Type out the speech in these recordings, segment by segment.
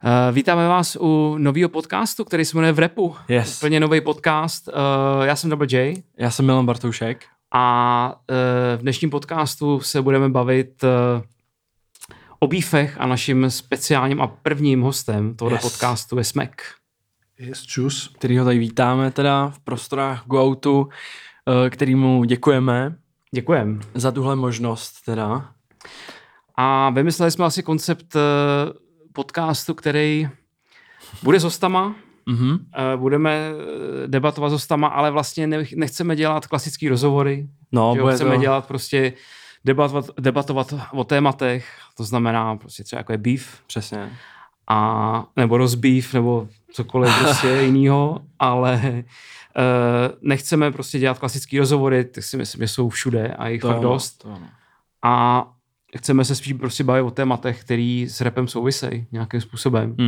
Vítáme vás u nového podcastu, který se jmenuje V rapu. Yes. Úplně nový podcast. Já jsem Double J. Já jsem Milan Bartoušek. A v dnešním podcastu se budeme bavit o beefech a naším speciálním a prvním hostem tohoto podcastu je Smek. Yes, čus. Kterýho tady vítáme teda v prostorách GoOutu, kterýmu děkujeme. Děkujem. Za tuhle možnost teda. A vymysleli jsme asi koncept podcastu, který bude s hostama. Mm-hmm. Budeme debatovat s hostama, ale vlastně nechceme dělat klasický rozhovory. Chceme dělat prostě debatovat o tématech, to znamená prostě třeba jako je beef. Přesně. A nebo rozbeef, nebo cokoliv prostě jinýho, ale nechceme prostě dělat klasický rozhovory, tak si myslím, že jsou všude a jich fakt dost. A chceme se spíš prostě bavit o tématech, který s rapem souvisejí nějakým způsobem.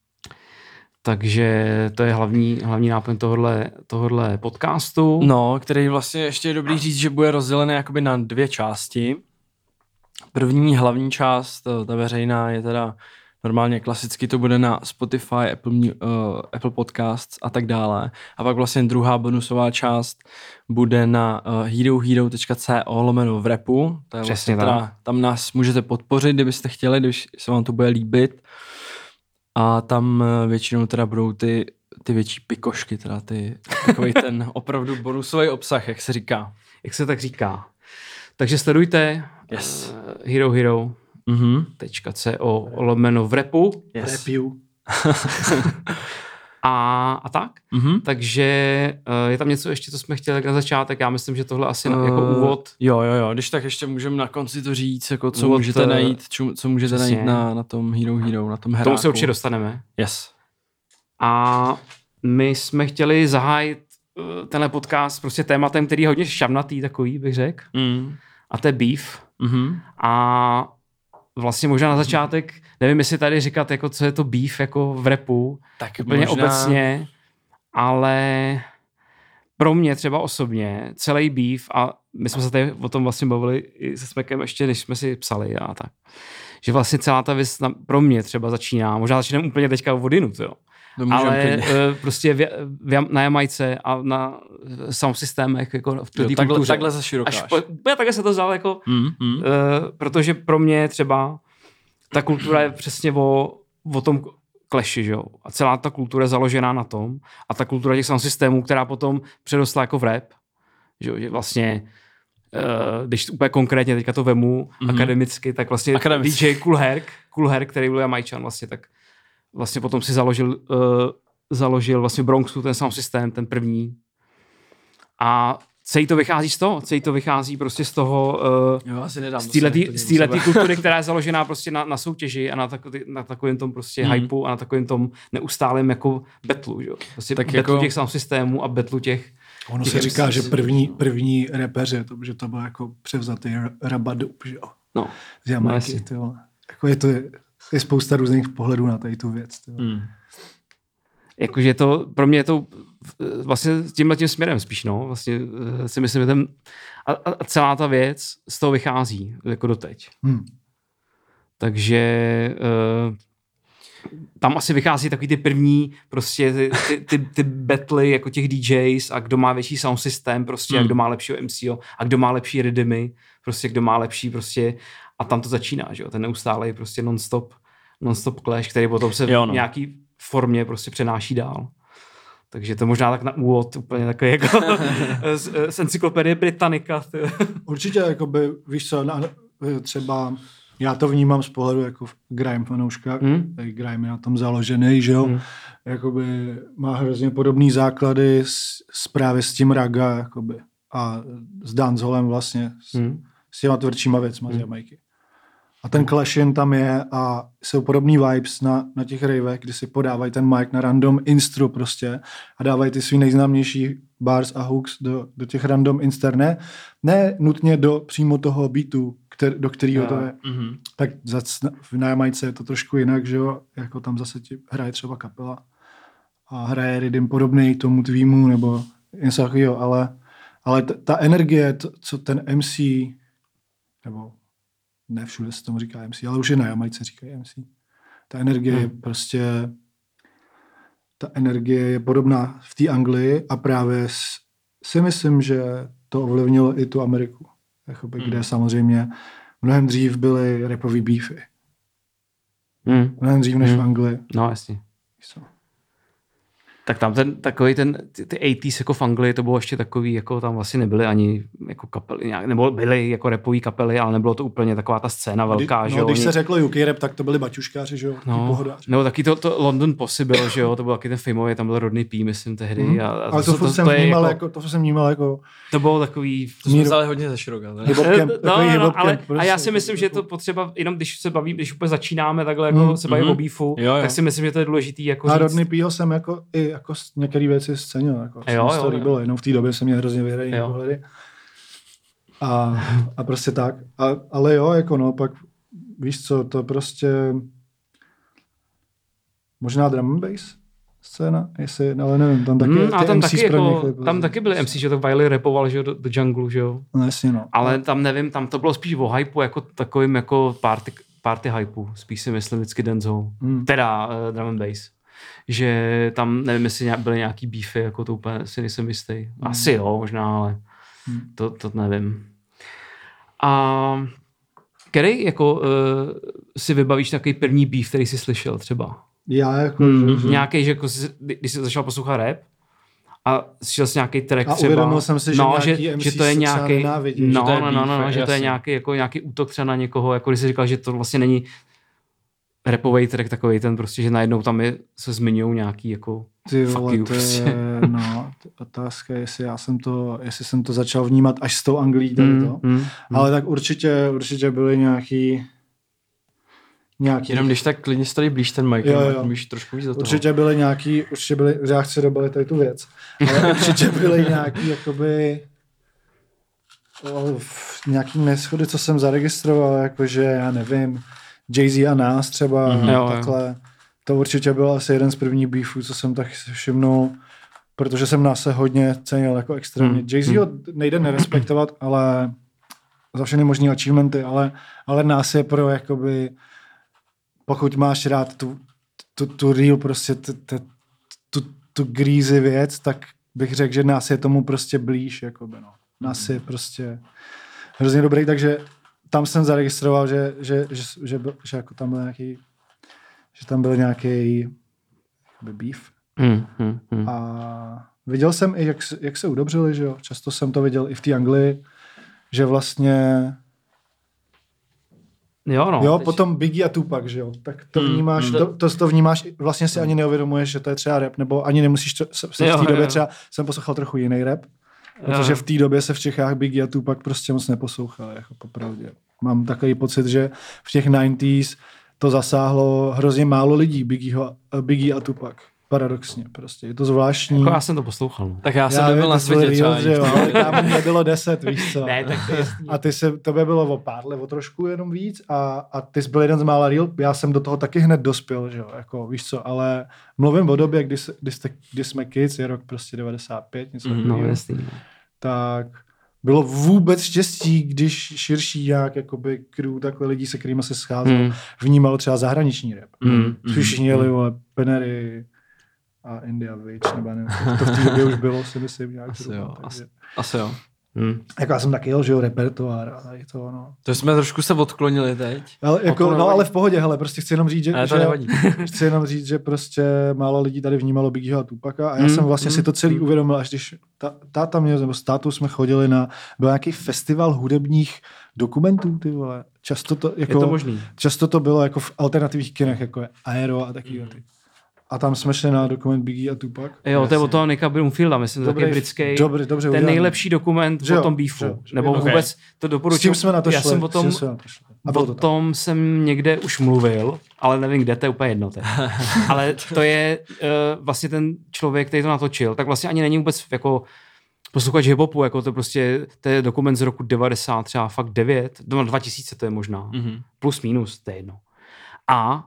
Takže to je hlavní náplň tohohle podcastu. No, který vlastně ještě je dobrý říct, že bude rozdělený jakoby na dvě části. První hlavní část, ta veřejná, je teda normálně klasicky to bude na Spotify, Apple Podcasts a tak dále. A pak vlastně druhá bonusová část bude na herohero.co/v rapu. To je vlastně tam nás můžete podpořit, kdybyste chtěli, když se vám to bude líbit. A tam většinou teda budou ty větší pikošky, teda takový ten opravdu bonusový obsah, jak se říká. Jak se tak říká. Takže sledujte herohero.co/v rapu. A tak. Takže je tam něco ještě, co jsme chtěli na začátek. Já myslím, že tohle asi jako úvod. Jo. Když tak ještě můžeme na konci to říct, jako co můžete najít, co můžete najít na tom Hero, na tom heráku. Tomu se určitě dostaneme. Yes. A my jsme chtěli zahájit tenhle podcast prostě tématem, který je hodně šavnatý takový, bych řekl. A to je beef. A vlastně možná na začátek, nevím, jestli tady říkat, jako, co je to beef jako v rapu, tak úplně možná obecně, ale pro mě třeba osobně celý beef, a my jsme se tady o tom vlastně bavili i se Smekem ještě, než jsme si psali a tak, že vlastně celá ta věc pro mě třeba začíná, možná začínám úplně teďka od jinut, jo. Ale prostě na Jamajce a na sound systémech jako v té kultuře. Takhle za širokáš. Takhle se to vzal jako, protože pro mě třeba ta kultura je přesně o tom clashi, že jo. A celá ta kultura je založená na tom a ta kultura těch sound systémů, která potom předostala jako v rap, že vlastně když úplně konkrétně teďka to vemu akademicky, tak vlastně DJ Kool Herc, který byl Jamajčan vlastně, tak vlastně potom si založil vlastně v Bronxu ten sound systém, ten první. A celý to vychází z toho, prostě z toho, z této kultury, která je založená prostě na soutěži a na takovém tom prostě hypeu a na takovém tom neustálém jako battlu, že jo. Prostě tak battlu jako těch sound systémů a battlu těch. Ono se říká, že první rapeři, že to byl jako převzatý Rabadoop, že jo. No. Z Jamajky, jako je spousta různých pohledů na tady tu věc. Jakože pro mě je to vlastně tímhletím směrem spíš, no. Vlastně si myslím, že a celá ta věc z toho vychází, jako doteď. Takže tam asi vychází takový ty první prostě ty battly jako těch DJs a kdo má větší sound systém prostě a kdo má lepšího MCO a kdo má lepší rhythmy, prostě kdo má lepší prostě a tam to začíná, že jo, ten neustálej prostě non-stop clash, který potom se v nějaký formě prostě přenáší dál. Takže to možná tak na úvod úplně takový jako z encyklopedie Britannica. Určitě, jakoby, víš co, třeba já to vnímám z pohledu jako grime fanouška, grime je na tom založený, že jo, jakoby má hrozně podobný základy právě s tím raga, jakoby, a s dancehallem vlastně, s těma tvrdšíma věcma z Jamajky. A ten clash tam je a jsou podobný vibes na těch ravech, kdy si podávají ten mic na random instru prostě a dávají ty svý nejznámější bars a hooks do těch random inster. Ne nutně přímo toho beatu, do kterého to je. Tak na Jamajce je to trošku jinak, že jo, jako tam zase ti hraje třeba kapela a hraje rhythm podobný tomu tvýmu nebo něco takového, ale ta energie, co ten MC nebo ne všude se tomu říká MC, ale už je na Jamajce říkají MC. Ta energie je prostě, ta energie je podobná v té Anglii a právě si myslím, že to ovlivnilo i tu Ameriku, jakoby, kde samozřejmě mnohem dřív byly rapový beefy. Mnohem dřív než v Anglii. No, jasně. Tak tam ty 80s jako v Anglii, to bylo ještě takový, jako tam vlastně nebyly ani jako kapely, nebo byly jako rapový kapely, ale nebylo to úplně taková ta scéna velká, že jo. Když se řeklo UK rap, tak to byli baťuškáři, že jo, pohodáři. Nebo taky to London Possible, že jo, to byl taky ten filmový, tam byl Rodney P, myslím, tehdy. Ale to jsem vnímal jako... To bylo takový... To jsme vzali hodně ze široka. A já si myslím, že je to potřeba, jenom když se bavím, když úplně začínáme takhle jako se bavím o beefu, tak si myslím, že to je důležitý jako říct. Rodney P jsem jako některé věci scenil, jako to líbilo, jenom v té době se mě hrozně vyhrají pohledy. A prostě tak. Ale jo, jako no, pak víš co, to prostě možná drum and bass scéna, jestli, ale nevím, tam taky a tam taky, jako, tam taky byli MC, že to Wiley rapoval, že do Jungle, že jo. No jasně, no. Ale tam nevím, tam to bylo spíš o hypeu, jako takovým jako party hypeu, spíš si myslím vždycky dancehall. Teda drum and bass. Že tam, nevím, jestli byly nějaký beefy, jako to úplně si nejsem jistý. Asi jo, možná, ale to nevím. A který jako si vybavíš takový první beef, který jsi slyšel třeba? Já jako... Nějaký, že jako když jsi začal poslouchat rap a slyšel jsi nějaký track a třeba. uvědomil jsem si, že to je nějaký... že to je nějaký útok třeba na někoho, jako když jsi říkal, že to vlastně není rapovej track takovej ten prostě, že najednou tam se zmiňují nějaký jako fuck you prostě. Otázka je, jestli jsem to začal vnímat až s tou Anglií tady to. Ale tak určitě byly nějaký... Jenom když tak klidně se tady blíž ten mic, můžeš trošku víc do toho. Určitě byly, já chci dobalit tady tu věc, ale určitě byly nějaký jakoby nějaký neshody, co jsem zaregistroval, jakože já nevím, Jay-Z a Nas třeba, takhle. To určitě byl asi jeden z prvních beefů, co jsem tak všimnul, protože jsem Nas se hodně cenil jako extrémně. Jay-Z ho nejde nerespektovat, ale za všechny možný achievementy, ale Nas je pro jakoby, pokud máš rád tu real prostě tu greasy věc, tak bych řekl, že Nas je tomu prostě blíž, jakoby no. Nas je prostě hrozně dobrý, takže tam jsem zaregistroval, že jako tam byl nějaký, že tam byl nějaký beef. A viděl jsem i, jak se udobřili, že jo. Často jsem to viděl i v té Anglii, že vlastně potom Biggie a Tupac, že jo. Tak to vnímáš, to vnímáš, vlastně si ani neuvědomuješ, že to je třeba rap, nebo ani nemusíš v té době třeba, jsem poslouchal trochu jiný rap, protože v té době se v Čechách Biggie a Tupac prostě moc neposlouchali, jako popravdě. Mám takový pocit, že v těch 90s to zasáhlo hrozně málo lidí, Biggie a Tupac. Paradoxně prostě, je to zvláštní. Jako já jsem to poslouchal. Tak já jsem nebyl na světě třeba. Ale tam mě bylo 10, víš co. Ne, tak to je jasný. A tebe bylo o trošku jenom víc a ty jsi byl jeden z mála real, já jsem do toho taky hned dospěl, že jo, jako víš co, ale mluvím o době, kdy jsme kids, je rok prostě 95, něco no, jasný. Tak bylo vůbec štěstí, když širší jak jakoby crew, takhle lidí, se kterými se scházel, vnímalo třeba zahraniční rap. Všichni jeli, vole, Penery a India Witch, nebo nevím, to v té době už bylo, si myslím, nějak. Asi jo. Jako já jsem taky jel, že jo, repertoár a tady to, no. To jsme trošku se odklonili teď. Ale, ale v pohodě, hele, prostě chci jenom říct, že prostě málo lidí tady vnímalo Biggieho a Tupaca a já jsem vlastně si to celý uvědomil, až když táta mě, nebo s tátou jsme chodili byl nějaký festival hudebních dokumentů, ty vole. Často to, jako, je to možný. Často to bylo jako v alternativních kinech, jako je Aero a takový ty. A tam jsme šli na dokument Biggie a Tupac. Jo, to je od toho Nicka Broomfielda, myslím, taky britský. Dobře, ten nejlepší dokument o tom beefu. Nebo vůbec to doporučuji. S tím jsme na to šli. Já jsem o tom jsem někde už mluvil, ale nevím kde, to je úplně jedno. Ale to je vlastně ten člověk, který to natočil, tak vlastně ani není vůbec jako posluchač hip-hopu, jako to je dokument z roku 90, třeba fakt 9, 2000 to je možná, plus minus, to je jedno. A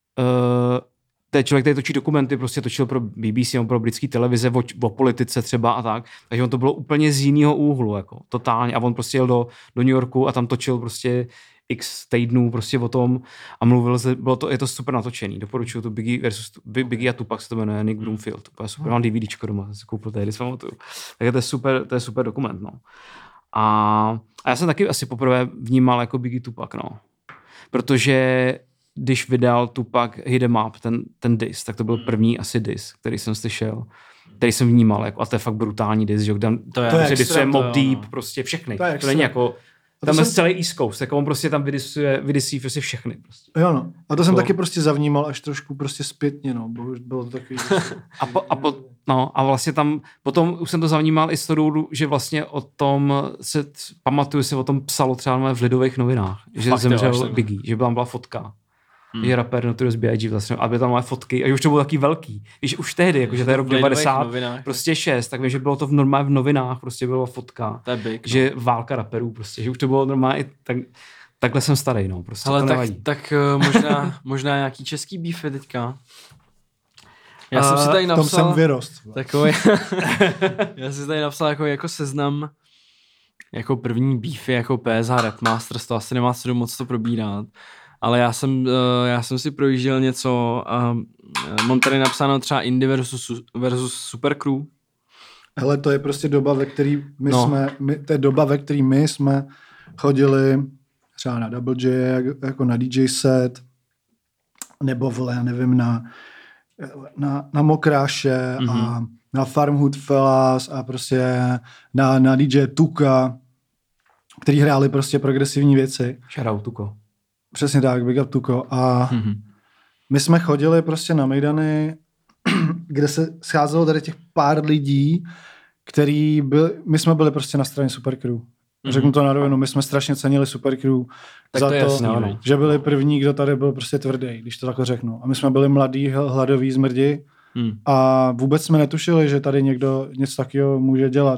to je člověk, který točí dokumenty, prostě točil pro BBC, pro britský televize o politice třeba a tak, takže on to bylo úplně z jiného úhlu, jako totálně, a on prostě jel do New Yorku a tam točil prostě x týdnů prostě o tom a mluvil, je to super natočený, doporučuju to Biggie a Tupac se to jmenuje, Nick Broomfield, to je super, mám DVDčko doma, jsem si koupil tehdy, si pamatuju. Takže to je super dokument, no. A já jsem taky asi poprvé vnímal jako Biggie Tupac, no. Protože když vydal Tupac Hit 'em Up, ten diss, tak to byl první asi diss, který jsem slyšel, který jsem vnímal, jako, a to je fakt brutální diss, že kde disuje Mobb Deep, prostě všechny. To není jako, tam je celý East Coast, jako on prostě tam vydisí prostě všechny. Prostě. Jo no, a to jsem taky prostě zavnímal až trošku prostě zpětně, no, bylo to takový... a vlastně tam, potom už jsem to zavnímal i z toho důvodu, že vlastně o tom pamatuju si o tom psalo třeba v Lidových novinách, že fakt zemřel Biggie, že tam byla fotka. Je rapper Notorious B.I.G. vlastně, aby tam máš fotky, a už to bylo taky velký. Víš, už tehdy, jakože to je rok 90, prostě 6, tak vím, že bylo to normálně v novinách, prostě byla fotka, big, že válka rapperů, prostě, že už to bylo normálně, takhle jsem starý, no, prostě. Ale to nevadí. Tak možná nějaký český beefy teďka. Já jsem si tady napsal... V tom jsem vyrost. Takový, já jsem si tady napsal jako seznam jako první beefy, jako PSH Rapmasters, to asi nemá co moc to probírat. Ale já jsem si projížděl něco a mám tady napsáno třeba Indie versus Supercrew. Hele, to je prostě doba, ve který my jsme chodili třeba na Double J, jako na DJ set, nebo vole, já nevím, na Mokráše a na Farmhood Fellas a prostě na DJ Tuka, který hráli prostě progresivní věci. Shoutout Tuko. Přesně tak, Big Up Tuko. A my jsme chodili prostě na mejdany, kde se scházelo tady těch pár lidí, my jsme byli prostě na straně Supercrew. Řeknu to na rovinu, my jsme strašně cenili Supercrew za to, jasný, že byli první, kdo tady byl prostě tvrdý, když to takhle řeknu. A my jsme byli mladí, hladoví zmrdi a vůbec jsme netušili, že tady někdo něco takového může dělat.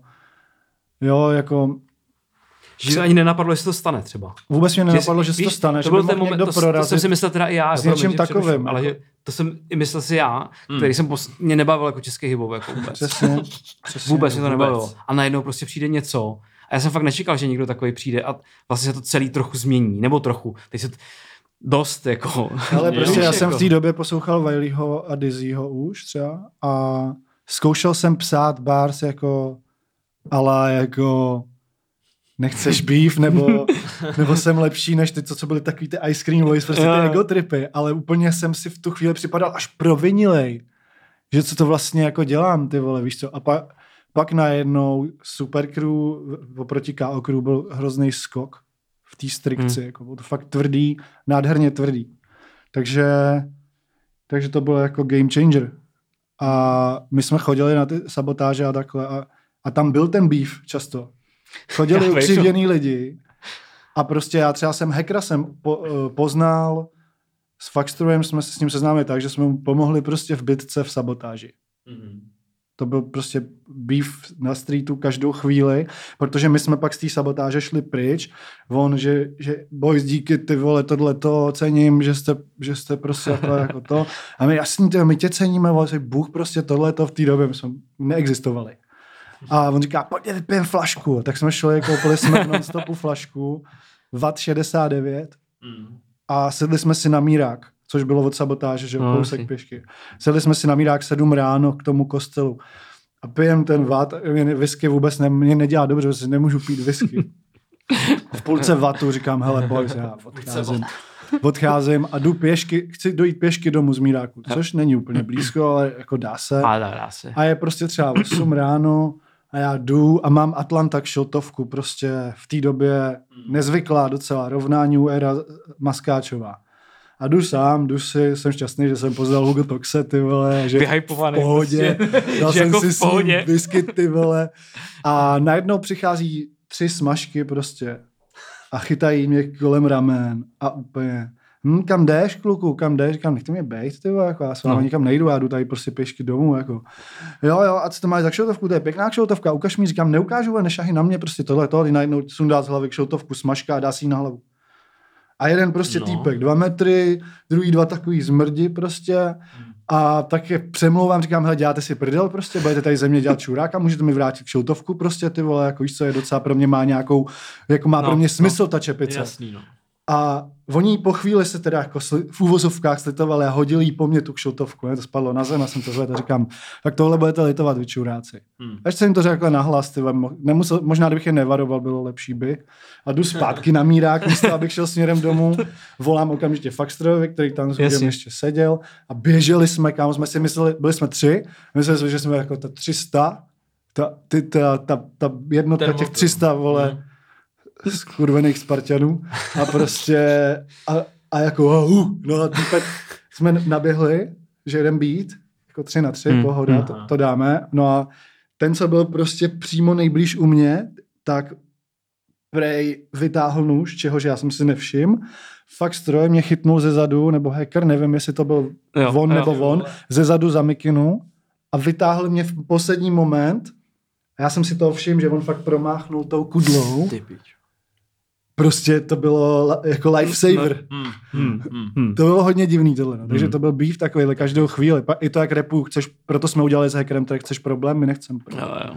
Že ani nenapadlo, že se to stane třeba. Vůbec mě nenapadlo, že se to stane. To byl ten moment, to jsem si myslel teda i já. S něčím takovým. Ale že to jsem i myslel si já, který mě nebavil jako český hip-hop jako vůbec. Přesně. Vůbec mě to nebavilo. A najednou prostě přijde něco. A já jsem fakt nečekal, že někdo takový přijde a vlastně se to celý trochu změní. Nebo trochu. Teď se dost jako... Ale prostě já jsem v té době poslouchal Wileyho a Dizzyho už třeba a zkoušel jsem psát bars jako ale jako nechceš beef, nebo jsem lepší než ty, co byly takový ty Ice Cream Boys, prostě ty ego tripy, ale úplně jsem si v tu chvíli připadal až provinilej, že co to vlastně jako dělám, ty vole, víš co, a pak najednou Supercrew oproti KO Crew byl hrozný skok v té strikci, jako bylo to fakt tvrdý, nádherně tvrdý, takže to bylo jako game changer a my jsme chodili na ty sabotáže a takhle a tam byl ten beef často. Chodili ukřivděný lidi a prostě já třeba Hackera jsem poznal, s Faxtrojem jsme se s ním seznámili tak, že jsme mu pomohli prostě v bitce v sabotáži. To byl prostě beef na streetu každou chvíli, protože my jsme pak z té sabotáže šli pryč. Že boys, díky, ty vole, tohleto cením, že jste prostě jako to. A my jasný, my tě ceníme, vole, Bůh prostě tohleto v té době, my jsme neexistovali. A on říká, pojďte vypijem flašku. Tak jsme šli, koupili jsme non-stopu flašku, Watt 69 a sedli jsme si na Mírák, což bylo od sabotáže, že kousek pěšky. Sedli jsme si na Mírák 7 ráno k tomu kostelu a pijem ten Watt, whisky vůbec mě nedělá dobře, že si nemůžu pít whisky. V půlce Wattu říkám, hele boys, já odcházím a jdu pěšky, chci dojít pěšky domů z Míráku, což není úplně blízko, ale jako dá se. A je prostě třeba 8 ráno a já jdu a mám Atlanta šiltovku, prostě v té době nezvyklá docela, rovnání era Maskáčová. A jdu jsem šťastný, že jsem poznal Hugo Toxe, ty vole, že v pohodě, dal jsem si whisky, ty vole. A najednou přichází 3 smažky prostě a chytají mě kolem ramen a úplně, kam jdeš, kluku, kam jdeš, říkám, nechte mě bejt, ty vole, jako já s vámi nikam nejdu, já jdu tady prostě pěšky domů, jako. Jo, a co to máš za kšoutovku, to je pěkná kšoutovka, ukaž mi, říkám, neukážu, ale nešahy na mě, prostě tohle, najednou sundá z hlavy kšoutovku, smažka a dá si ji na hlavu. A jeden prostě týpek, 2 metry, druhý 2 takový zmrdi prostě A tak je přemlouvám, říkám, hele, děláte si prdel prostě, budete tady ze mě dělat čuráka, můžete mi vrátit kšoutovku prostě, ty vole, jako víš co, je docela pro mě má nějakou, jako má pro mě smysl ta čepice. Jasný, no. A oni po chvíli se teda jako v úvozovkách slitovali a hodili jí po mně tu kšoutovku, ne? To spadlo na zem a jsem to zvedl a říkám, tak tohle budete litovat, vy čuráci. Až jsem jim to řekl nahlas, možná kdybych je nevaroval, bylo lepší by. A jdu zpátky na mírák, místo abych šel směrem domů, volám okamžitě Faxtrovi, který tam s ještě seděl a běželi jsme, kam jsme si mysleli, byli jsme 3, mysleli jsme, že jsme jako ta 300, ta jednotka těch 300, vole, skurvených Spartanů a prostě a jako no a týpek jsme naběhli, že jeden beat, jako 3-3, pohoda, to dáme. No a ten, co byl prostě přímo nejblíž u mě, tak prej vytáhl nůž, čehož já jsem si nevšiml. Fakt stroj mě chytnul ze zadu, nebo hacker, nevím, jestli to byl on, ze zadu za mikinu a vytáhl mě v poslední moment. A já jsem si toho všiml, že on fakt promáchnul tou kudlou. Prostě to bylo jako lifesaver. To bylo hodně divný tohle. No. Takže to byl beef takovýhle každou chvíli. I to, jak rapu chceš, proto jsme udělali s hackerem, tak chceš problém, my nechceme problém.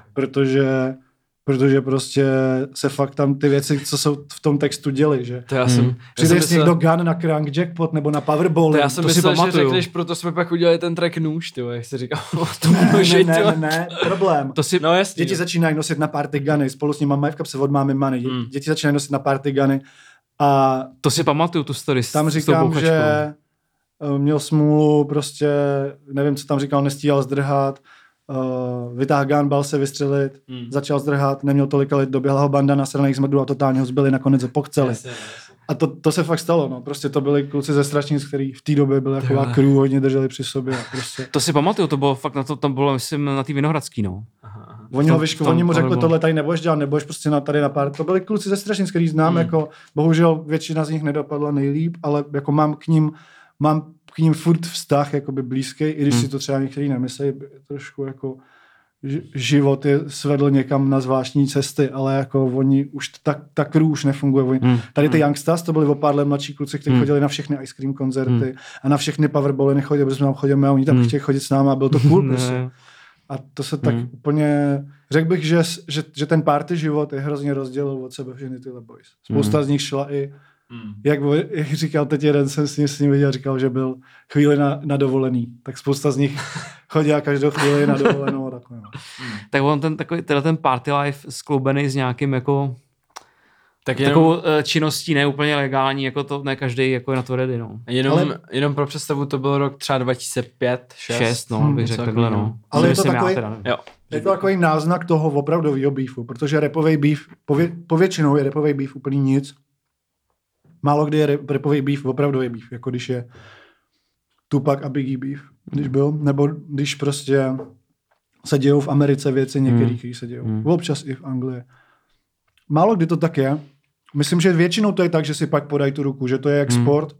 Protože prostě se fakt tam ty věci, co jsou v tom textu děli, že? Přijdeš někdo gun na Crank Jackpot nebo na Powerball. To já jsem myslel, že řekneš, proto jsme pak udělali ten track nůž, tyjo, jak jsi říkal. Ne, problém. No jasně. Děti začínají nosit na party guny, spolu s nimi mají v kapse od mámy money. Děti začínají nosit na party guny a... To si pamatuju, tu story tam říkám, že měl smůlu, prostě, nevím, co tam říkal, nestíhal zdrhat, vytáhl gun, bal se vystřelit, začal zdrhat, neměl tolika let, doběhla ho banda, nasranej zmrdu a totálně ho zbyli, nakonec ho pokceli. A to se fakt stalo, no. Prostě to byli kluci ze Strašnic, který v té době byli taková crew, hodně drželi při sobě. Prostě. To si pamatuju, to bylo fakt na to, tam bylo, myslím, na té Vinohradský, no. Oni mu řekli, tohle tady nebudeš dělat, nebudeš prostě tady na pár. To byli kluci ze Strašnic, který znám, jako, bohužel většina z nich nedopadla nejlíp, ale jako mám k ním furt vztah jakoby blízký, i když si to třeba některý nemyslí, trošku jako život je svedl někam na zvláštní cesty, ale jako oni už ta crew už nefunguje. Tady ty Youngstars, to byli o pár let mladší kluci, kteří chodili na všechny Ice Cream koncerty a na všechny Powerbally nechodili, protože jsme tam chodili a oni tam chtěli chodit s námi a byl to cool prostě. A to se tak úplně... Řekl bych, že ten party život je hrozně rozdělil od sebe všechny tyhle boys. Spousta z nich šla i jak říkal teď jeden, jsem s ním viděl, říkal, že byl chvíli na dovolený. Tak spousta z nich chodila každou chvíli na dovolenou. Tak on ten party life skloubený s nějakým jako takovou činností neúplně legální, jako to ne každý jako je na to ready, no. Jenom pro představu to byl rok třeba 2005, 6, no, bych řekl takhle, no. Ale je to takový náznak toho opravdovýho beefu, protože rapový beef, povětšinou je rapový beef úplně nic. Málo kdy je rapový beef, opravdový beef, jako když je Tupac a Biggie beef, když byl, nebo když prostě se dějou v Americe věci některých, když se dějou. Občas i v Anglii. Málo kdy to tak je. Myslím, že většinou to je tak, že si pak podají tu ruku, že to je jak sport.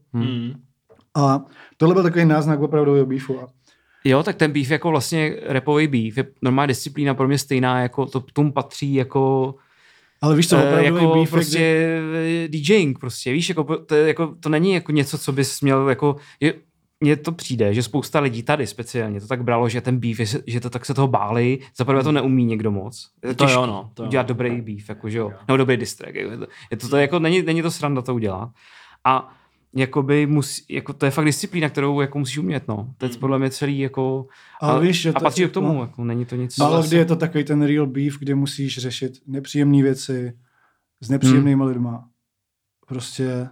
A tohle byl takový náznak opravdového beefu. Jo, tak ten beef jako vlastně rapový beef je normální disciplína pro mě stejná, jako to tomu patří jako... Ale víš co, opravdu jako beef prostě DJing prostě, víš, to není jako něco, co bys měl jako, mně to přijde, že spousta lidí tady speciálně to tak bralo, že ten beef, že to tak se toho báli, zaprvé to neumí někdo moc. Je to těžké udělat dobrý beef, jako, že jo, nebo dobrý diss track, jako není to sranda to udělat. A jakoby to je fakt disciplína, kterou jako musíš umět, no. To je podle mě celý jako... A patří k tomu, jako není to nic... Málo kdy je to takový ten real beef, kde musíš řešit nepříjemné věci s nepříjemnýma lidma. Prostě...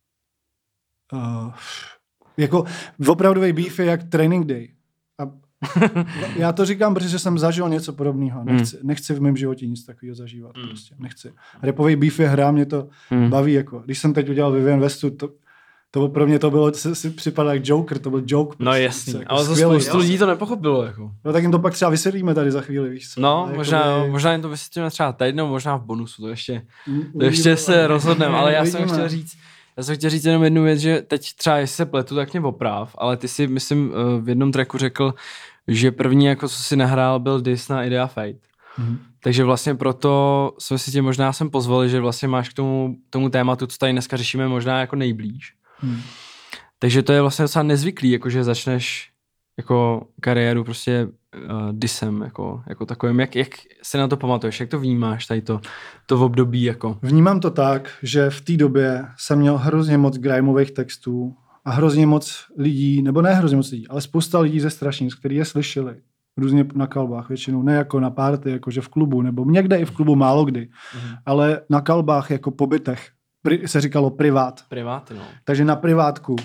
jako opravdový beef je jak training day. A já to říkám, protože jsem zažil něco podobného. Nechci v mém životě nic takového zažívat. Prostě nechci. Rapový beef je hra, mě to baví. Jako. Když jsem teď udělal Vivian Westu, to pro mě to bylo, si připadá jak Joker, to byl joke. Prostě, no jasný, jako ale za spoustu lidí to nepochopilo. Jako. No tak jim to pak třeba vysvětlíme tady za chvíli, víš co. No, možná jim to vysvětlíme třeba tady, nebo možná v bonusu, to ještě se rozhodneme, ale já jsem chtěl říct jenom jednu věc, že teď třeba, jestli se pletu, tak mě oprav, ale ty si, myslím, v jednom tracku řekl, že první, jako co si nahrál, byl diss na Idea Fate. Takže vlastně proto jsme si tě možná sem pozvali, že vlastně máš k tomu tématu, co tady dneska řešíme, možná jako nejblíž. Takže to je vlastně docela nezvyklý, jakože začneš jako kariéru prostě disem jako takovým. Jak se na to pamatuješ? Jak to vnímáš tady to v období jako? Vnímám to tak, že v té době jsem měl hrozně moc grimeových textů a hrozně moc lidí, nebo ne hrozně moc lidí, ale spousta lidí ze Strašnic, kteří je slyšeli různě na kalbách většinou, ne jako na party, jakože v klubu, nebo někde i v klubu málo kdy, ale na kalbách jako po bytech se říkalo privát. Privát, no. Takže na privátku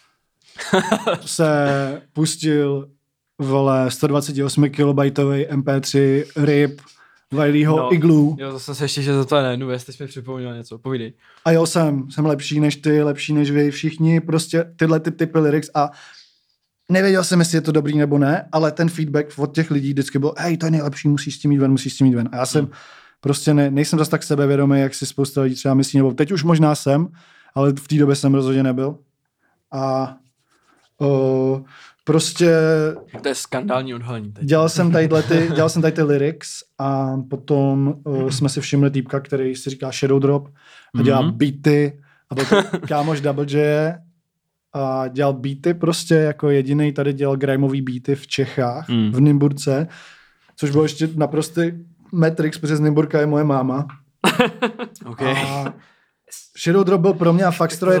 se pustil 128 kilobajtový MP3 RIP Wileyho Iglu. Jo, to jsem se ještě, že za to nejednu, jestli jsi mi připomněl něco, povídej. A jo, jsem lepší než ty, lepší než vy, všichni, prostě tyhle typy lyrics a nevěděl jsem, jestli je to dobrý nebo ne, ale ten feedback od těch lidí vždycky byl, hej, to je nejlepší, musíš s tím jít ven. A já jsem prostě nejsem zase tak sebevědomý, jak si spousta lidí třeba myslí, nebo teď už možná jsem, ale v té době jsem rozhodně nebyl. A prostě... To je skandální odhalení. Dělal jsem tady ty lyrics a potom jsme si všimli týpka, který si říká Shadow Drop a dělá beaty a byl to kámoš Double J a dělal beaty prostě jako jedinej tady dělal grimeový beaty v Čechách, v Nymburce, což bylo ještě naprostý Matrix, protože z Nymburka je moje máma. Okay. A Shadow Drop byl pro mě a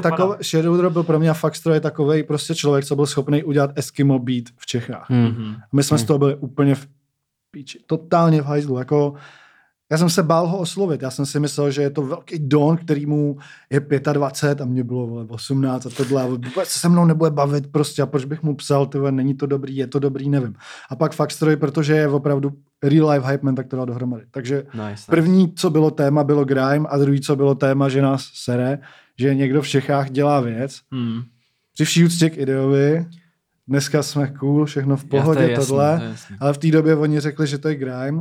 fakt stroj takovej prostě člověk, co byl schopný udělat Eskimo beat v Čechách. My jsme z toho byli úplně v píči, totálně v hajzlu, jako já jsem se bál ho oslovit, já jsem si myslel, že je to velký don, který mu je 25 a mě bylo 18 a tohle a vůbec se mnou nebude bavit prostě a proč bych mu psal, tyhle, není to dobrý, je to dobrý, nevím. A pak fakt stroj, protože je opravdu real life hype man, tak to dal dohromady. Takže první, co bylo téma, bylo grime a druhý, co bylo téma, že nás sere, že někdo v Čechách dělá věc. Při vší úctě k Ideovi, dneska jsme cool, všechno v pohodě, tohle, ale v té době oni řekli, že to je grime.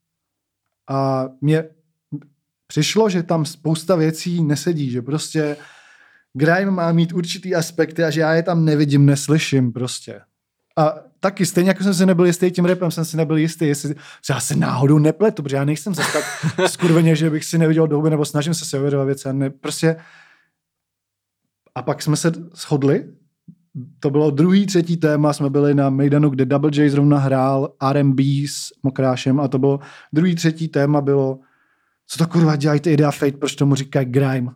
A mně přišlo, že tam spousta věcí nesedí, že prostě grime má mít určitý aspekty a že já je tam nevidím, neslyším prostě. A taky stejně jako jsem si nebyl jistý tím rapem, jsem si nebyl jistý, jestli já se náhodou nepletu, protože já nejsem zase tak skurveně, že bych si neviděl do huby, nebo snažím se ověřovat věci a ne, prostě. A pak jsme se shodli, to bylo druhý, třetí téma, jsme byli na Mejdanu, kde Double J zrovna hrál R&B s Mokrášem a to bylo druhý, třetí téma bylo, co to kurva dělají ty Idea Fate, proč tomu říkají grime.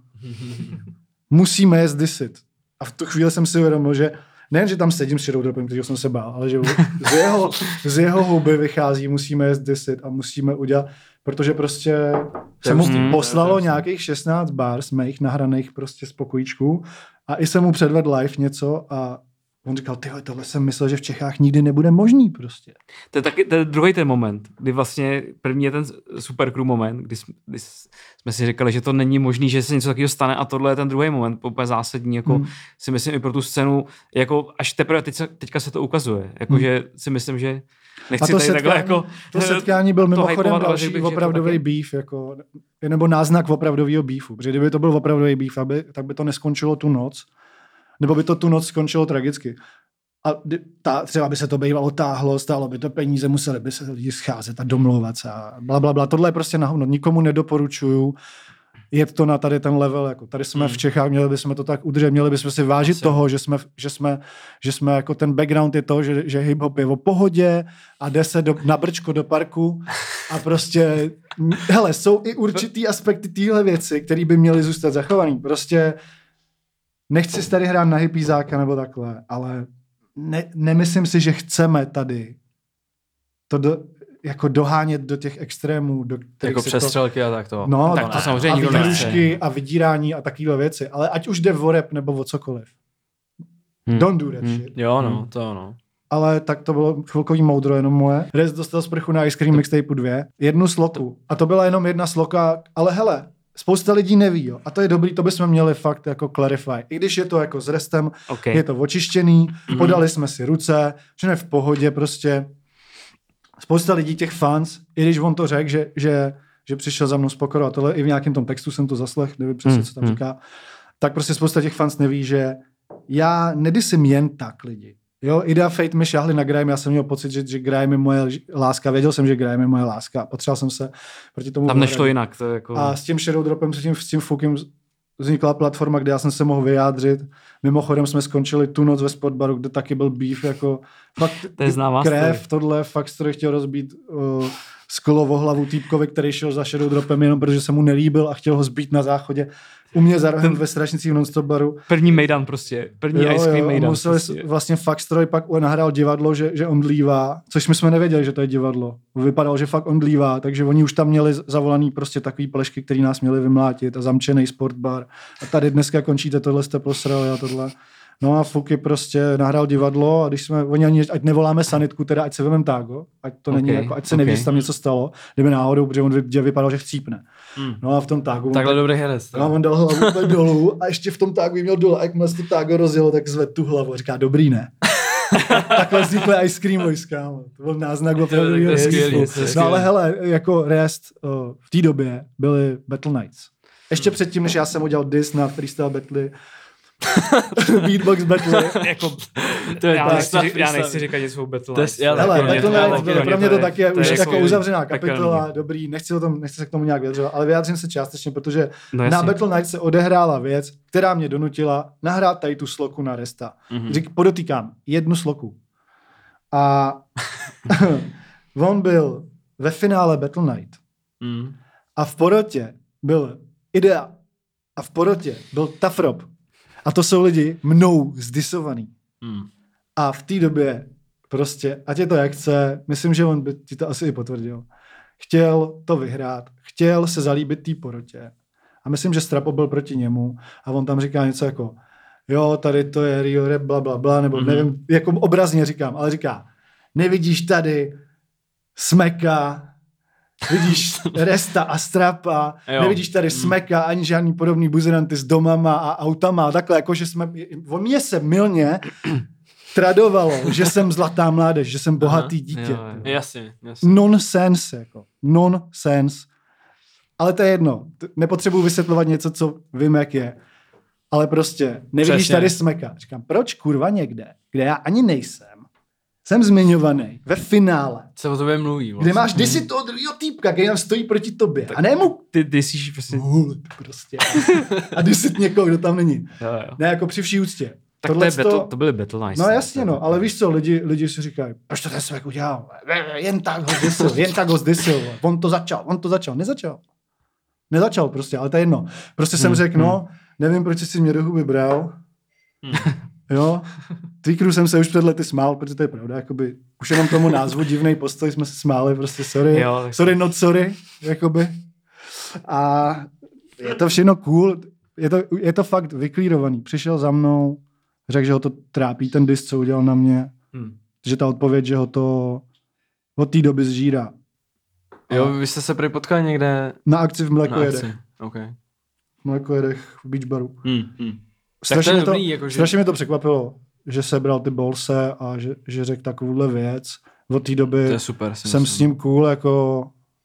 Musíme je zdisit. A v tu chvíli jsem si uvědomil, že nejen, že tam sedím s Shadow Dropem, kterého jsem se bál, ale že z jeho huby vychází, musíme je zdisit a musíme udělat, protože prostě se mu poslalo nějakých 16 bars mých nahraných prostě z pokojíčku a i jsem mu předvedl live něco a on říkal, tyhle, tohle jsem myslel, že v Čechách nikdy nebude možný prostě. To je druhý ten moment, kdy vlastně první je ten super crew moment, kdy jsme si říkali, že to není možný, že se něco takového stane a tohle je ten druhý moment, úplně zásadní, jako si myslím i pro tu scénu, jako až teprve teďka se to ukazuje, jakože si myslím, že nechci tady takhle jako... To setkání byl mimochodem další opravdový beef, jako, nebo náznak opravdového beefu, protože kdyby to byl opravdový beef, tak by to neskončilo tu noc, nebo by to tu noc skončilo tragicky. A třeba by se to bývalo táhlo, stálo by to peníze, museli by se lidi scházet a domlouvat se a blablabla. Tohle je prostě na hovno. Nikomu nedoporučuju jet to na tady ten level. Jako tady jsme v Čechách, měli bychom to tak udržet, měli bychom si vážit toho, že jsme jako ten background je to, že hip-hop je o pohodě a jde se na brčko do parku a prostě, hele, jsou i určitý aspekty téhle věci, které by měly zůstat zachovaný. Prostě nechci si tady hrát na hippízáka nebo takhle, ale nemyslím si, že chceme tady to jako dohánět do těch extrémů. Jako přestřelky a tak to. No, tak to samozřejmě a výhrušky a vydírání a takovéhle věci. Ale ať už jde o rap nebo o cokoliv. Don't do that shit. Jo, no, to no. Ale tak to bylo chvilkový moudro jenom moje. Rez dostal sprchu na Ice Cream Mixtape 2. Jednu sloku. A to byla jenom jedna sloka, ale hele, spousta lidí neví, jo. A to je dobrý, to bychom měli fakt jako clarify. I když je to jako s Restem, je to očištěný, podali jsme si ruce, že ne v pohodě prostě. Spousta lidí, těch fans, i když on to řekl, že přišel za mnou s pokorou a tohle i v nějakém tom textu jsem to zaslech, nevím přesně, co tam říká, tak prostě spousta těch fans neví, že já nedysím jen tak lidi. Jo, Idea Fate mi šáhli na grime, já jsem měl pocit, že grime je moje láska, věděl jsem, že grime je moje láska, potřeboval jsem se proti tomu tam nešlo jinak. To je jako... A s tím Shadow Dropem, s tím Fukem vznikla platforma, kde já jsem se mohl vyjádřit. Mimochodem jsme skončili tu noc ve sportbaru, kde taky byl beef, jako fakt krev, tohle, fakt story chtěl rozbít sklo o hlavu týpkovi, který šel za Shadow Dropem jenom protože se mu nelíbil a chtěl ho zbít na záchodě. U mě za rohem ve Strašnicích v non-stop baru. První mejdan prostě, první ice cream mejdan. Museli vlastně fakt stroj pak nahrál divadlo, že omdlívá, což my jsme nevěděli, že to je divadlo. Vypadalo, že fakt omdlívá, takže oni už tam měli zavolaný prostě takový plešky, který nás měli vymlátit a zamčený sportbar. A tady dneska končíte, tohle jste posrali a tohle. No a Fuky prostě nahrál divadlo a když jsme, oni ani, ať nevoláme sanitku, teda ať se vemem tágo, ať to není jako, ať se neví, že tam něco stalo, kdyby náhodou, protože on vypadal, že chcípne. No a v tom tágu. Takhle dobrý herec. No, on dal hlavu dolů a ještě v tom tágu měl dole, a jakmile se to tágo rozjelo, tak zvedl tu hlavu a říká, dobrý ne. Takhle vznikly Ice Cream Boys, kámo. To byl náznak opravdu. No ale hele, jako rest v té době byly Battle Nights. Ještě předtím, než já jsem udělal diss na Freestyle Battle, Beatbox Battle. Jako, já nechci říkat něco o Battle Nights. Hele, Battle Nights bylo pro mě to taky už jako uzavřená kapitola, dobrý, nechci se k tomu nějak vyjadřovat, ale vyjádřím se částečně, protože na Battle Nights se odehrála věc, která mě donutila nahrát tady tu sloku na Resta. Podotýkám, jednu sloku. A on byl ve finále Battle Night a v porotě byl Idea a v porotě byl Tough Rob. A to jsou lidi mnou zdisovaný. A v té době prostě, ať je to jak chce, myslím, že on by ti to asi i potvrdil, chtěl to vyhrát, chtěl se zalíbit té porotě. A myslím, že Strapo byl proti němu a on tam říká něco jako jo, tady to je Rio Rap, bla, bla, bla, nebo nevím, jako obrazně říkám, ale říká, nevidíš tady Smeka, vidíš Resta a Strapa, nevidíš tady Smeka ani žádný podobný buzeranty s domama a autama a takhle, jakože o mě se mylně tradovalo, že jsem zlatá mládež, že jsem bohatý dítě. Jasně. Nonsense, jako. Nonsense. Ale to je jedno. Nepotřebuji vysvětlovat něco, co vím, jak je. Ale prostě, nevidíš přesně tady Smeka. Říkám, proč kurva někde, kde já ani nejsem, jsem zmiňovaný ve finále. Se o tobě mluví. Vlastně. Kde máš disy toho druhého týpka, který tam stojí proti tobě. Tak a ne mu... Ty disíš prostě... prostě. A disit někoho, kdo tam není. Jo. Ne, jako při vší úctě. Tak to byly Battle Nights. No jasně, no, ale víš co, lidi si říkají, proč to ten Svek udělal? Jen tak ho zdisil. On to začal. Nezačal prostě, ale to je jedno. Prostě jsem řekl, no, nevím, proč jsi mě do huby bral. Jo, Tweakeru jsem se už před lety smál, protože to je pravda, jakoby, už jenom tomu názvu divnej postoj jsme se smáli, prostě sorry, sorry, jakoby. A je to všechno cool, je to fakt vyklírovaný. Přišel za mnou, řekl, že ho to trápí, ten diss, co udělal na mě, že ta odpověď, že ho to od té doby zžírá. Jo, vy jste se prý potkali někde? Na akci v Mlékojedech. Okay. V Mlékojedech v Beach Baru. Strašně mě to překvapilo, že sebral ty bolse a že řekl takovouhle věc. Od té doby to je super, jsem s ním cool, jako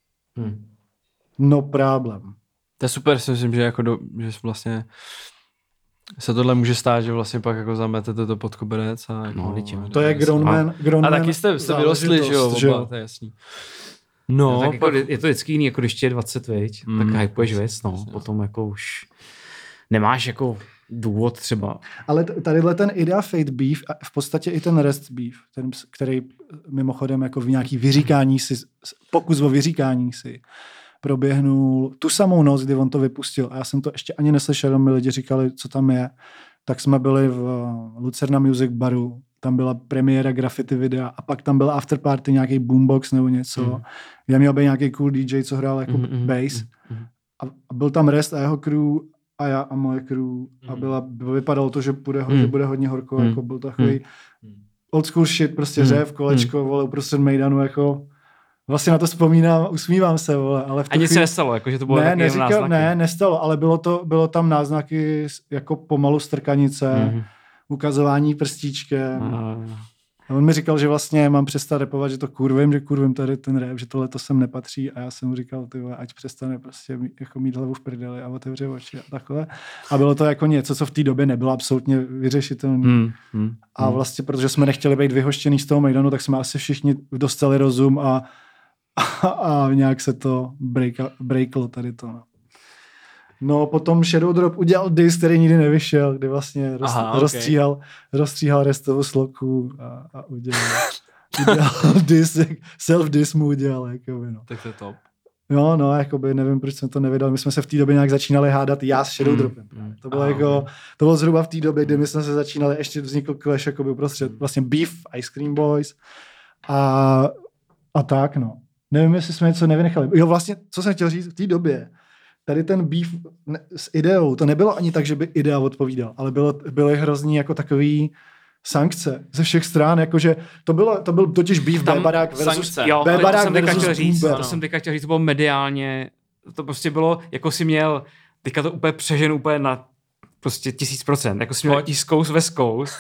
no problem. To je super, si myslím, že, jako že vlastně se tohle může stát, že vlastně pak jako zametete to pod koberec. A jako, to je grown a taky jste vyrostli, že jo, to je jasný. No, tak jako je to vždycky jiný, jako když je 20, viď, tak hypuješ věc, no, potom jako už nemáš jako důvod třeba. Ale tadyhle ten Idea Fate beef a v podstatě i ten Rest beef, ten, který mimochodem jako v nějaký vyříkání si, pokus o vyříkání si proběhnul tu samou noc, kdy on to vypustil a já jsem to ještě ani neslyšel, mi lidi říkali, co tam je, tak jsme byli v Lucerna Music Baru, tam byla premiéra graffiti videa a pak tam byla afterparty, nějaký boombox nebo něco. Já měl být nějaký cool DJ, co hrál jako bass. A byl tam Rest a jeho crew a já a moje crew a vypadalo to, že bude hodně horko, jako byl takový old school shit, prostě řev, kolečko, vole, uprostřed mejdanu, jako vlastně na to vzpomínám, usmívám se, vole, ale v a nic se nestalo, jako že to bylo ne, nestalo, ale bylo tam náznaky jako pomalu strkanice, ukazování prstíčkem. A on mi říkal, že vlastně mám přestat rapovat, že to kurvím tady ten rap, že tohle to sem nepatří a já jsem mu říkal, ty vole, ať přestane prostě jako mít hlavu v prdeli a otevře oči a takhle. A bylo to jako něco, co v té době nebylo absolutně vyřešitelné. A vlastně, protože jsme nechtěli být vyhoštěný z toho Mejdanu, tak jsme asi všichni dostali rozum a nějak se to breaklo tady to. No. No, potom Shadow Drop udělal diss, který nikdy nevyšel, kdy vlastně rozstříhal restovou sloku a udělal diss, self-diss mu udělal, jakoby, no. Tak to je top. No, jakoby nevím, proč jsem to nevěděl. My jsme se v té době nějak začínali hádat já s Shadow Dropem. To bylo to bylo zhruba v té době, kdy my jsme se začínali, ještě vznikl clash jakoby uprostřed, vlastně Beef, Ice Cream Boys a tak, no. Nevím, jestli jsme něco nevynechali. Jo, vlastně, co jsem chtěl říct v té době, tady ten beef s ideou, to nebylo ani tak, že by idea odpovídal, ale byly hrozný jako takový sankce ze všech stran, jakože to byl totiž beef B-Barák versus B-Barák to jsem teďka chtěl říct, to bylo mediálně, to prostě bylo, jako si měl, teďka to úplně přeženu úplně na prostě 1000%, jako si měl East Coast, West Coast,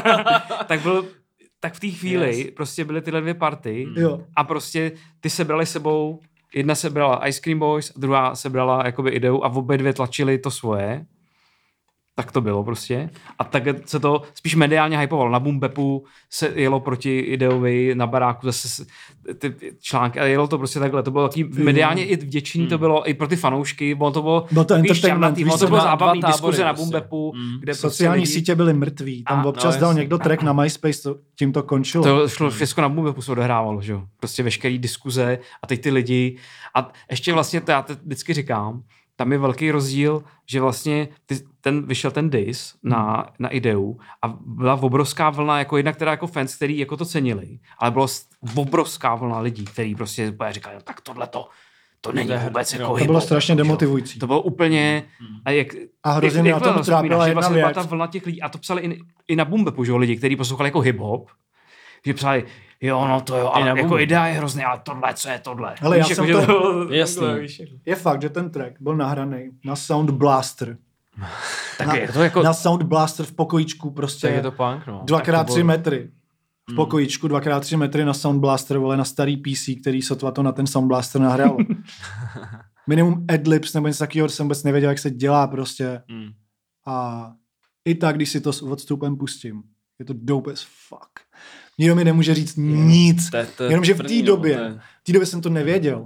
tak v té chvíli prostě byly tyhle dvě party a prostě ty sebrali sebou, jedna se brala Ice Cream Boys, druhá se brala jakoby ideu a obě dvě tlačili to svoje. Tak to bylo prostě. A tak se to spíš mediálně hypovalo. Na Boom Bapu se jelo proti Ideovi, na Baráku zase ty články a jelo to prostě takhle. To bylo taky mediálně i vděčný, to bylo i pro ty fanoušky, to bylo entertainment, to bylo zábavný diskuze na Boom Bapu. Kde sociální sítě byly mrtví. Tam občas dal někdo track na MySpace, tím to končilo. To šlo všechno na Boom Bapu se odehrávalo, že jo. Prostě veškerý diskuze a teď ty lidi. A ještě vlastně to já vždycky říkám, tam je velký rozdíl, že vlastně vyšel ten diss na ideu a byla obrovská vlna, jako jedna, která jako fans, který jako to cenili, ale byla obrovská vlna lidí, který prostě říkali, tak tohleto, to není vůbec jako to bylo strašně demotivující. To bylo úplně... A hrozně mě na tom trápila jedna vlastně věc. Ta vlna těch lidí, a to psali i na Boom Bapu, že lidi, kteří poslouchali jako hip-hop, že psali, jo, no to jo, ale jako idea je hrozný, ale tohle, co je tohle? Ale já jsem to... Jasný. Je fakt, že ten track byl nahraný na Sound Blaster. Tak je to jako... Na Sound Blaster v pokojíčku prostě. Tak je to punk, no. 2x3 metry. V pokojíčku 2x3 metry na Sound Blaster, vole, na starý PC, který sotva to na ten Sound Blaster nahrál. Minimum adlibs nebo něco takového, jsem vůbec nevěděl, jak se dělá prostě. A i tak, když si to s odstupem pustím, je to dope as fuck. Nikdo mi nemůže říct nic. Jenomže v té době jsem to nevěděl.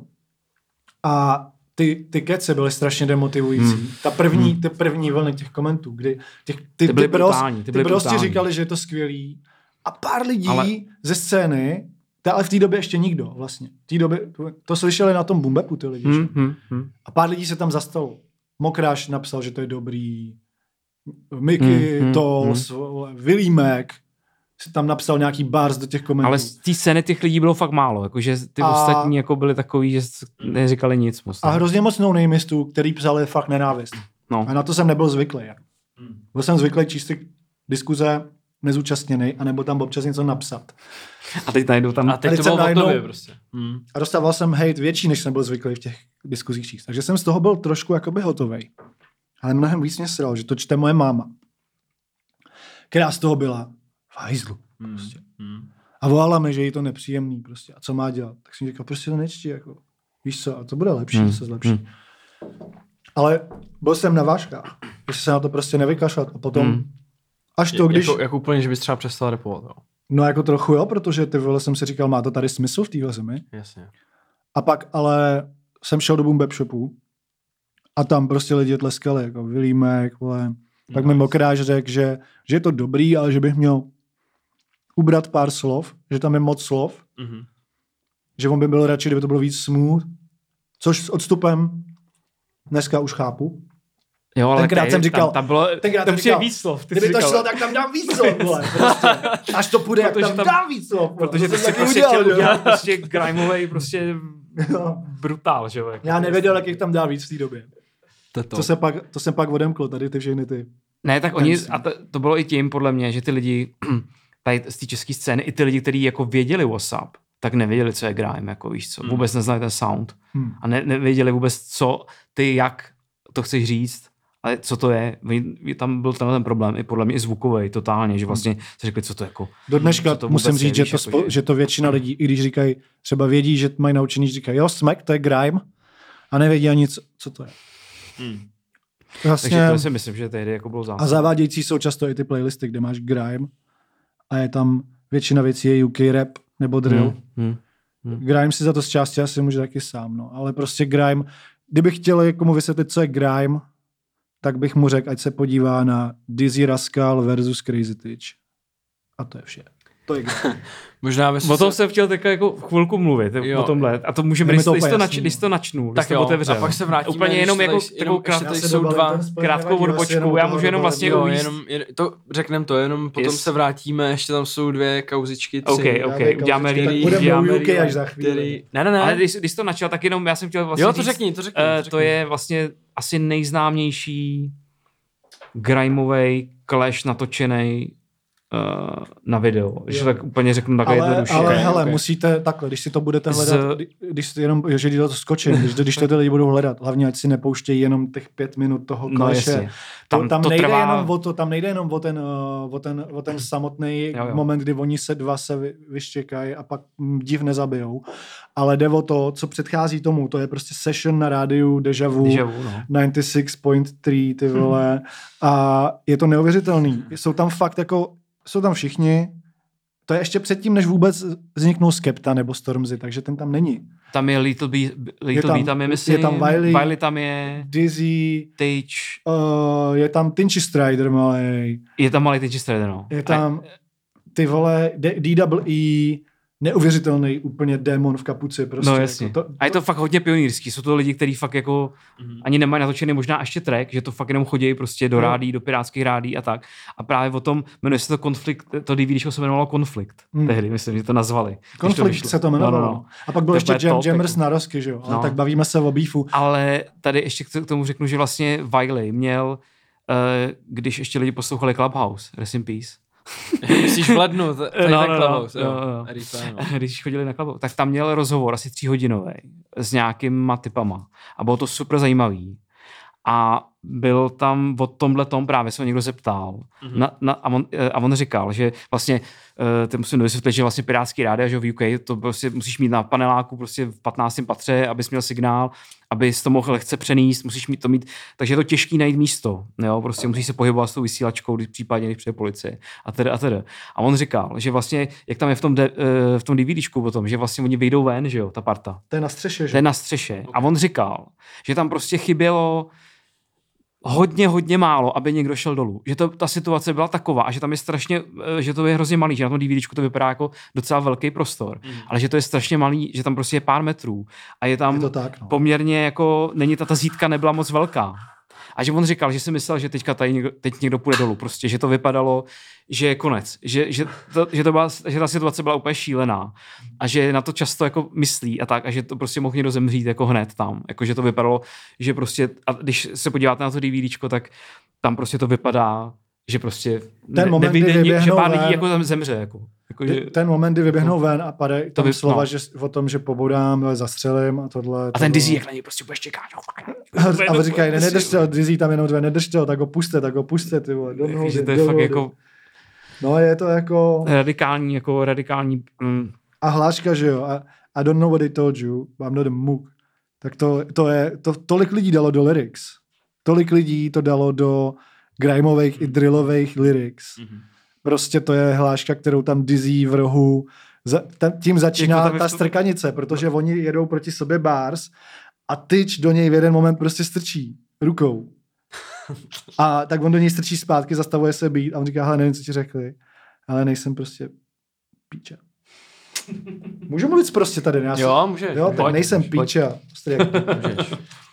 A ty kece byly strašně demotivující. Ty první vlny těch komentů, kdy ty prostě říkali, že je to skvělý. A pár lidí ze scény, ale v té době ještě nikdo vlastně. V té době, to slyšeli na tom Boom Bapu ty lidi. A pár lidí se tam zastalo. Mokráš napsal, že to je dobrý. Mickey, Tolls, Willie Mac si tam napsal nějaký bars do těch komentů. Ale z té scény těch lidí bylo fakt málo, jakože ty ostatní jako byli takový, že neříkali nic. A hrozně moc no-namistů, který psali fakt nenávist. No. A na to jsem nebyl zvyklý. Byl jsem zvyklý číst diskuze nezúčastněný, anebo tam občas něco napsat. A teď najdou tam... A teď to bylo v tobě prostě. A dostával jsem hejt větší, než jsem byl zvyklý v těch diskuzích číst. Takže jsem z toho byl trošku jakoby hotovej. Ale mnohem víc mě sral, že to čte moje máma, která z toho byla v hajzlu. Prostě. A volala mi, že jí to nepříjemný prostě. A co má dělat? Tak jsem říkal, prostě to nečti, jako. Víš co, a to bude lepší, že se zlepší. Ale byl jsem na vážkách, že se na to prostě nevykašlat. A potom, až to, když... Jako úplně, že bys třeba přestal rapovat, jo? No jako trochu jo, protože ty vole jsem si říkal, má to tady smysl v téhle zemi. Jasně. A pak ale jsem šel do Boom Bap shopu a tam prostě lidi tleskali, jako Willie Mac, vole. Pak mi Mokráš řekl, že je to dobrý, ale že bych měl ubrat pár slov, že tam je moc slov, že on by byl radši, kdyby to bylo víc smooth, což s odstupem dneska už chápu. Jo, ale tenkrát jsem říkal, tam bylo víc slov. Kdyby to šlo, tak tam dám víc slov, vole. Prostě. Až to půjde, jak tam dám víc slov. Protože to si prostě chtěl udělat prostě grimeovej, prostě brutál, že jo. Já nevěděl, jak jich tam dá víc v té době. To jsem pak odemkl, tady ty všechny ty. Ne, tak oni, a to bylo i tím, podle mě, že ty lidi tady z té české scény, i ty lidi, kteří jako věděli WhatsApp, tak nevěděli, co je grime, jako víš co. Vůbec neznali ten sound. A nevěděli vůbec, co ty, jak to chceš říct, ale co to je. Tam byl ten problém, i podle mě i zvukový totálně, že vlastně se řekli, co to jako... Do dneška musím říct, že to většina lidí, i když říkají, třeba vědí, že mají naučený, že říkají, jo, smack, to je grime, a nevědí ani, co to je. Vlastně, takže to si myslím, že tehdy jako bylo zásadní. A zavádějící jsou často i ty playlisty, kde máš grime a je tam většina věcí je UK rap nebo drill. Grime si za to z části asi může taky sám, no. Ale prostě grime, kdybych chtěl někomu vysvětlit, co je grime, tak bych mu řekl, ať se podívá na Dizzy Rascal versus Crazy Titch. A to je vše. To je Možná o tom jsem chtěl teďka jako chvilku mluvit, o tomhle. A to můžeme, když to načnu, když to otevřeme. A pak se vrátíme. Úplně jenom jako takovou krátkou odbočku. Já můžu jenom vlastně to řekneme to, jenom potom se vrátíme, ještě tam jsou 2 kauzičky, 3. OK, uděláme UK až za chvíli. Ne. Ale když to načal, tak jenom já jsem chtěl vlastně to řekni. To je vlastně asi nejznámější grimeovej clash natočenej na video. Když to tak úplně řeknu takhle jednoduše. Ale hele, musíte takhle, když si to budete hledat, když si jenom, že to skočím, když to ty lidi budou hledat, hlavně ať si nepouštějí jenom těch 5 minut toho kleše. Tam nejde trvá... jenom o to, tam nejde jenom o ten samotný moment, kdy oni se dva se vyštěkají a pak div nezabijou, ale jde o to, co předchází tomu, to je prostě session na rádiu Deja Vu 96.3, ty vole, a je to neuvěřitelný. Jsou tam fakt jako jsou tam všichni, to je ještě předtím, než vůbec vzniknou Skepta nebo Stormzy, takže ten tam není. Tam je Little B tam je, myslím, je tam Wiley tam je, Dizzy, Tage, je tam Tinchy Strider malej. Je tam malej Tinchy Strider, no. Je tam, ty vole, DEE, neuvěřitelný úplně démon v kapuci. Prostě, no jasně. Jako a je to fakt hodně pionýrský. Jsou to lidi, kteří fakt jako ani nemají natočený možná ještě track, že to fakt jenom chodí prostě do rádí, do pirátských rádí a tak. A právě o tom, jmenuje se to Konflikt, to DVDčko se jmenovalo Konflikt. Tehdy, myslím, že to nazvali. Konflikt se to jmenovalo. No. A pak byl ještě Jammers na rozky, že jo? Ale tak bavíme se o beefu. Ale tady ještě k tomu řeknu, že vlastně Wiley měl, když ještě lidi poslouchali Clubhouse, Rest in Peace, myslíš v lednu, když chodili na Clubhouse, tak tam měl rozhovor asi 3hodinový s nějakýma typama a bylo to super zajímavý a byl tam o tomhletom právě se ho někdo zeptal a on říkal, že vlastně ty musím dovysvětlit, že vlastně pirátský rádia, že v UK to prostě musíš mít na paneláku prostě v 15. patře, abys měl signál, abys to mohl lehce přenést, musíš mít to mít, takže je to těžký najít místo, jo, prostě musíš se pohybovat s tou vysílačkou, když případně když přijde policie a teda. A on říkal, že vlastně, jak tam je v tom DVDčku potom, že vlastně oni vyjdou ven, že jo, ta parta. To je na střeše, že? To je na střeše. Okay. A on říkal, že tam prostě chybělo hodně málo, aby někdo šel dolů. Že ta situace byla taková a že tam je strašně, že to je hrozně malý, že na tom DVDčku to vypadá jako docela velký prostor, ale že to je strašně malý, že tam prostě je pár metrů a je tam je to tak, no. Poměrně jako, není ta zítka nebyla moc velká. A že on říkal, že si myslel, že teď někdo půjde dolů, prostě, že to vypadalo, že je konec, že ta situace byla úplně šílená a že na to často jako myslí a tak a že to prostě mohl někdo zemřít jako hned tam, jako že to vypadalo, že prostě, a když se podíváte na to DVDčko, tak tam prostě to vypadá, že prostě že pár lidí jako tam zemře. Jako, že, ten moment, kdy vyběhnou ven a padají tam slova že, o tom, že pobodám, zastřelím a tohle. A ten Dizzy, jak na něj prostě budeš čekat. A říkají, nedržte, Dizzy tam jenom 2, nedržte, tak ho puste, ty vole. Že to je fakt jako... No je to jako... Radikální... A hláška, že jo, I don't know what they told you, but I'm not a mook. Tak tolik lidí dalo do lyrics. Tolik lidí to dalo do grimeových i drillových lyrics. Prostě to je hláška, kterou tam Dizzy v rohu, tím začíná ta strkanice, protože oni jedou proti sobě bars a tyč do něj v jeden moment prostě strčí rukou. A tak on do něj strčí zpátky, zastavuje se beat a on říká, hele, nevím, co ti řekli, ale nejsem prostě píča. Můžu mluvit prostě tady? Jo, můžeš. Jo, tak nejsem píča. Můžeš.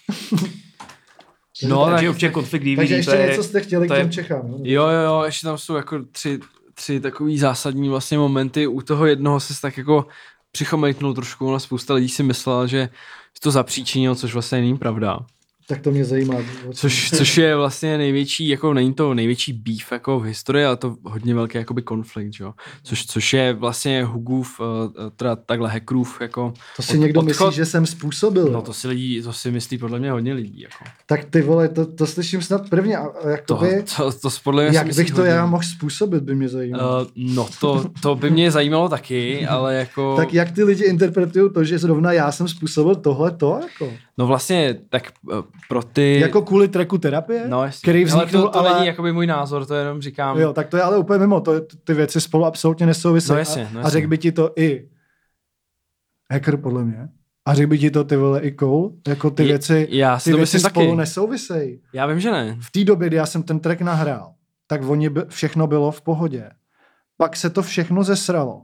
No, takže určitě Konflikt DVD. Takže ještě něco jste chtěli k těm Čechám. No? Jo, ještě tam jsou jako tři takový zásadní vlastně momenty. U toho jednoho se tak jako přichomejtnul trošku, ale spousta lidí si myslela, že to zapříčinil, což vlastně není pravda. Tak to mě zajímá. Což je vlastně největší, jako není to největší beef jako v historii, ale to hodně velký jakoby konflikt, jo. Což je vlastně Hugův, teda takhle hackerův, jako... To si někdo myslí, že jsem způsobil. No to si myslí podle mě hodně lidí, jako. Tak ty vole, to slyším snad prvně. To podle mě jak bych to hodně. Já mohl způsobit, by mě zajímalo. No to by mě zajímalo taky, ale jako... Tak jak ty lidi interpretují to, že zrovna já jsem způsobil tohleto, jako? No vlastně, tak pro ty... Jako kvůli tracku Terapie? No jasně. Který vzniknul, to není jakoby můj názor, to jenom říkám. Jo, tak to je ale úplně mimo, ty věci spolu absolutně nesouvisí. No jasně. A řekl by ti to i hacker podle mě. A řekl by ti to, ty vole, i Cole? Jako ty věci, ty věci spolu nesouvisejí. Já vím, že ne. V té době, kdy já jsem ten track nahrál, tak všechno bylo v pohodě. Pak se to všechno zesralo.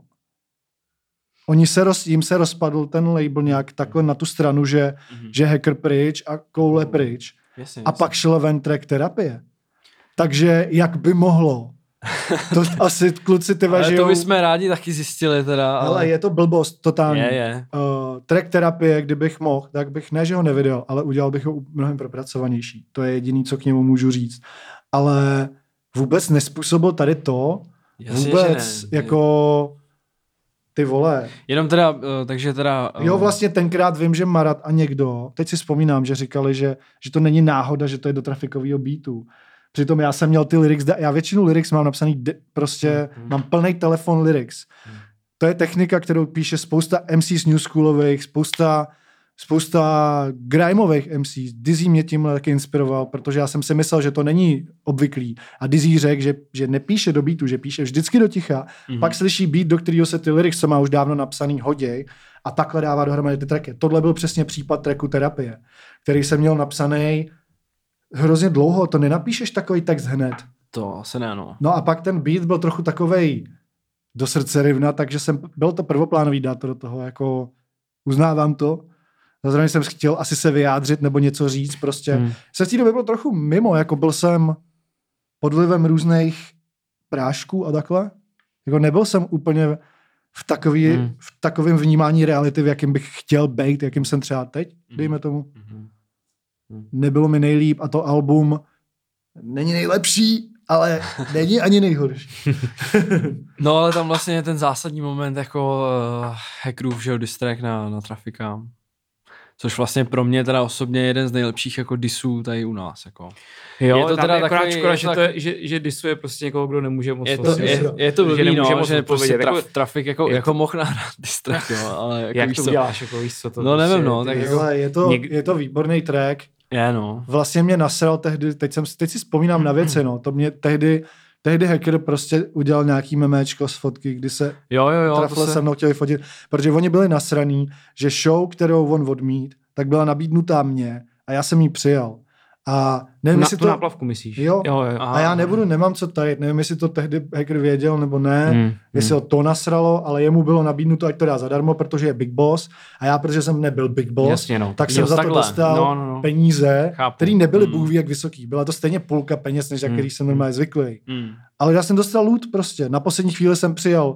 Jim se rozpadl ten label nějak takhle na tu stranu, že Hacker pryč a Cole pryč. Jasně. A pak šel ven track Terapie. Takže jak by mohlo? To asi kluci ty ale to bychom rádi taky zjistili teda. Ale je to blbost totální. Je. Track Terapie, kdybych mohl, tak bych ne, že ho nevydal, ale udělal bych ho mnohem propracovanější. To je jediný, co k němu můžu říct. Ale vůbec nespůsobil tady to. Jasně, vůbec jako ty vole. Jenom teda, takže teda... Jo, vlastně tenkrát vím, že Marat a někdo, teď si vzpomínám, že říkali, že to není náhoda, že to je do trafikového beatu. Přitom já jsem měl ty lyrics, já většinu lyrics mám napsaný, mám plný telefon lyrics. To je technika, kterou píše spousta MCs new schoolových, spousta grimeových MCs. Dizzy mě tím taky inspiroval, protože já jsem si myslel, že to není obvyklý. A Dizzy řekl, že nepíše do beatu, že píše vždycky do ticha, pak slyší beat, do kterého se ty lyrics, co má už dávno napsaný, hoděj a takhle dává dohromady ty tracky. Tohle byl přesně případ tracku Terapie, který jsem měl napsaný hrozně dlouho, to nenapíšeš takový text hned. To asi ne, no. No a pak ten beat byl trochu takovej do srdce rivna, takže byl to prvoplánový dát to do toho, jako uznávám to. Zároveň jsem chtěl asi se vyjádřit nebo něco říct, prostě. Se v té době byl trochu mimo, jako byl jsem pod vlivem různých prášků a takhle. Jako nebyl jsem úplně v takovém vnímání reality, v jakým bych chtěl být, jakým jsem třeba teď, dejme tomu. Nebylo mi nejlíp a to album není nejlepší, ale není ani nejhorší. No ale tam vlastně je ten zásadní moment jako Hackerův, že jo, diss track na Trafika. Což vlastně pro mě teda osobně je jeden z nejlepších jako dissů tady u nás. Jako. Jo, je to teda takový, škoda, že disuje prostě někoho, kdo nemůže moc. Je to blbý, no, že prostě Trafik jako mohl nahrát diss track, jo, ale jako jak to uděláš, jako víš co to. No nevím, no. Tak jako, je to výborný track. Je, no. Vlastně mě nasral tehdy, teď si vzpomínám na věci, no, to mě tehdy Hacker prostě udělal nějaký memečko z fotky, kdy se Trafle se mnou chtěli fotit, protože oni byli nasraný, že show, kterou on odmít, tak byla nabídnutá mně a já jsem ji přijal. A nevím, jestli tu náplavku myslíš? Jo. A já nemám co tajit, nevím, jestli to tehdy Hacker věděl nebo ne, jestli ho to nasralo, ale jemu bylo nabídnuto, ať to dá zadarmo, protože je Big Boss a já, protože jsem nebyl Big Boss, jasně, no. tak jsem za to dostal peníze, které nebyly bůhví jak vysoký. Byla to stejně půlka peněz, než jak který jsem normálně zvyklý. Ale já jsem dostal loot prostě. Na poslední chvíli jsem přijal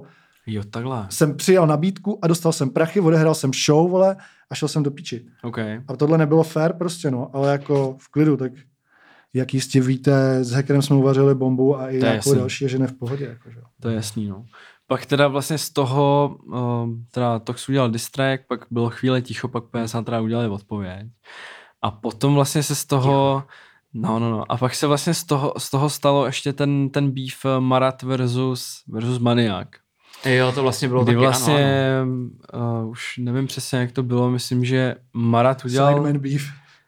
nabídku a dostal jsem prachy, odehrál jsem show, vole, a šel jsem do píči. Okay. A tohle nebylo fair prostě, no, ale jako v klidu, tak jak jistě víte, s Hackerem jsme uvařili bombu a i nějakou další je žene v pohodě. Jako, že? To je jasný, no. Pak teda vlastně z toho, teda Tox udělal diss track, pak bylo chvíle ticho, pak PSA teda udělali odpověď. A potom vlastně se z toho, a pak se vlastně z toho stalo ještě ten beef Marat versus Maniak. Jo, to vlastně bylo taky, vlastně, ano. Už nevím přesně, jak to bylo, myslím, že Marat udělal... Sideman beef.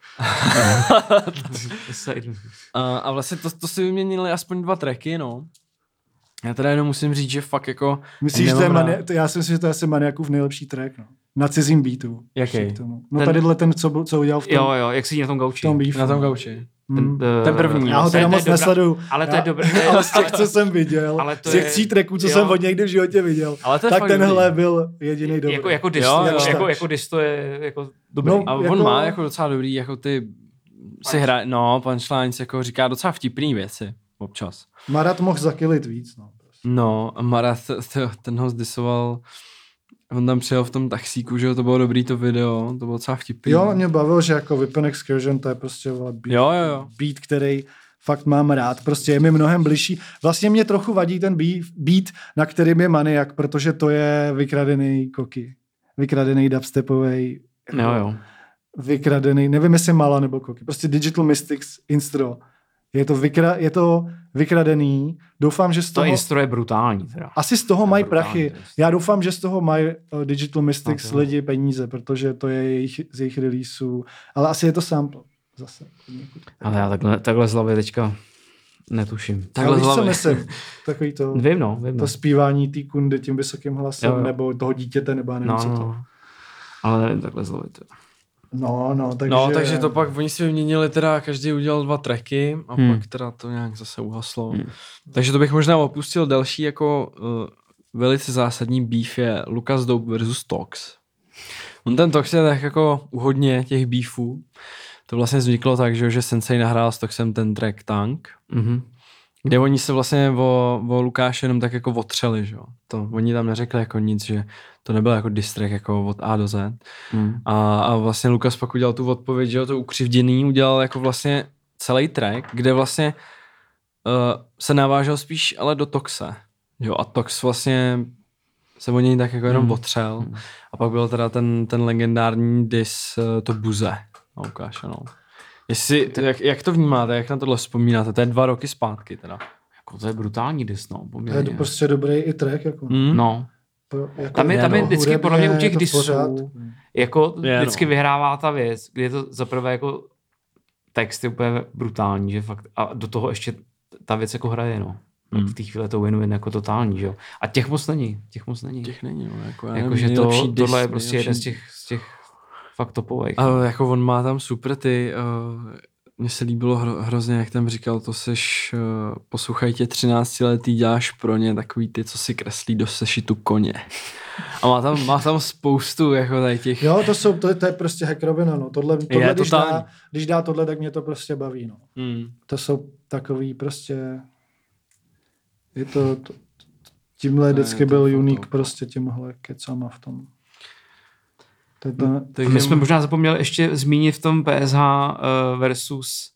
A vlastně to si vyměnili aspoň 2 tracky, no. Já teda jenom musím říct, že fakt jako... Myslíš, že já si myslím, že to je asi Maniakův nejlepší track, no. Na cizím beatu. Jaký? No tadyhle ten, co udělal v tom... Jo, jak si na tom gauči. Na tom gauči. Ten první. Já ho teda moc nesleduju. Ale to je dobré. Ale z těch, co jsem viděl, z těch 3 tracků, co jsem od někdy v životě viděl, tak tenhle byl jediný dobrý. Jako diss to je jako dobrý. No, a on má jako docela dobrý, jako ty si hraje, punchlines jako říká docela vtipný věci občas. Marat mohl zakilit víc, no. No, a Marat, ten ho zdisoval, on tam přijel v tom taxíku, že to bylo dobrý to video, to bylo docela vtipný. Jo, mě bavilo, že jako Weapon Excursion, to je prostě beat, který fakt mám rád, prostě je mi mnohem bližší. Vlastně mě trochu vadí ten beat, na kterým je Maniak, protože to je vykradený koky, vykradený dubstepovej, vykradený, nevím jestli Mala nebo koky, prostě Digital Mystics instro. Je to vykradený. Doufám, že z toho... To instro je brutální. Teda. Asi z toho mají prachy. Já doufám, že z toho mají Digital Mystics lidi peníze, protože to je z jejich releaseů. Ale asi je to sample. Zase. Ale já takhle z hlavy teďka netuším. Takhle z hlavy. Co myslím? Takový to... Vím. To zpívání té kundy tím vysokým hlasem, nebo toho dítěte, nebo nevím co to. Ale nevím takhle zlovit. Takže to pak oni si vyměnili teda, každý udělal 2 tracky a pak teda to nějak zase uhaslo. Takže to bych možná opustil. Další jako velice zásadní beef je Lucas Dope versus Tox. Ten Tox je tak jako u hodně těch beefů. To vlastně vzniklo tak, že Sensei nahrál s Toxem ten track Tank, kde oni se vlastně o Lukáše jenom tak jako otřeli, že jo. To oni tam neřekli jako nic, že to nebyl jako diss track jako od A do Z. A vlastně Lukas pak udělal tu odpověď, že jo, to ukřivděný udělal jako vlastně celý track, kde vlastně se navážel spíš ale do Toxe, jo. A Tox vlastně se o něj tak jako jenom otřel. A pak byl teda ten legendární diss to Buze na Lukáše, no. Jak to vnímáte, jak na tohle vzpomínáte? To je 2 roky zpátky teda. Jako to je brutální diss, no. Poměrně. To je prostě dobrý i track, jako. No. Jako tam je vždycky podle mě u těch dissů, jako vždycky no. vyhrává ta věc, kdy je to zaprvé jako text je úplně brutální, že fakt, a do toho ještě ta věc jako hraje, no. V té chvíli to win-win jako totální, že jo. A těch moc není. Těch není, no. Jako že tohle je prostě jeden z těch fakt topových. Ale jako on má tam super ty, mně se líbilo hrozně, jak tam říkal, to seš, poslouchaj tě 13letý, děláš pro ně takový ty, co si kreslí do sešitu koně. A má tam spoustu jako tady těch... Jo, to je prostě hackerovina, no. Tohle když dá tohle, tak mě to prostě baví, no. To jsou takový prostě... Je to tímhle vždycky byl unique prostě tímhle kecama v tom. My jsme možná zapomněli ještě zmínit v tom PSH versus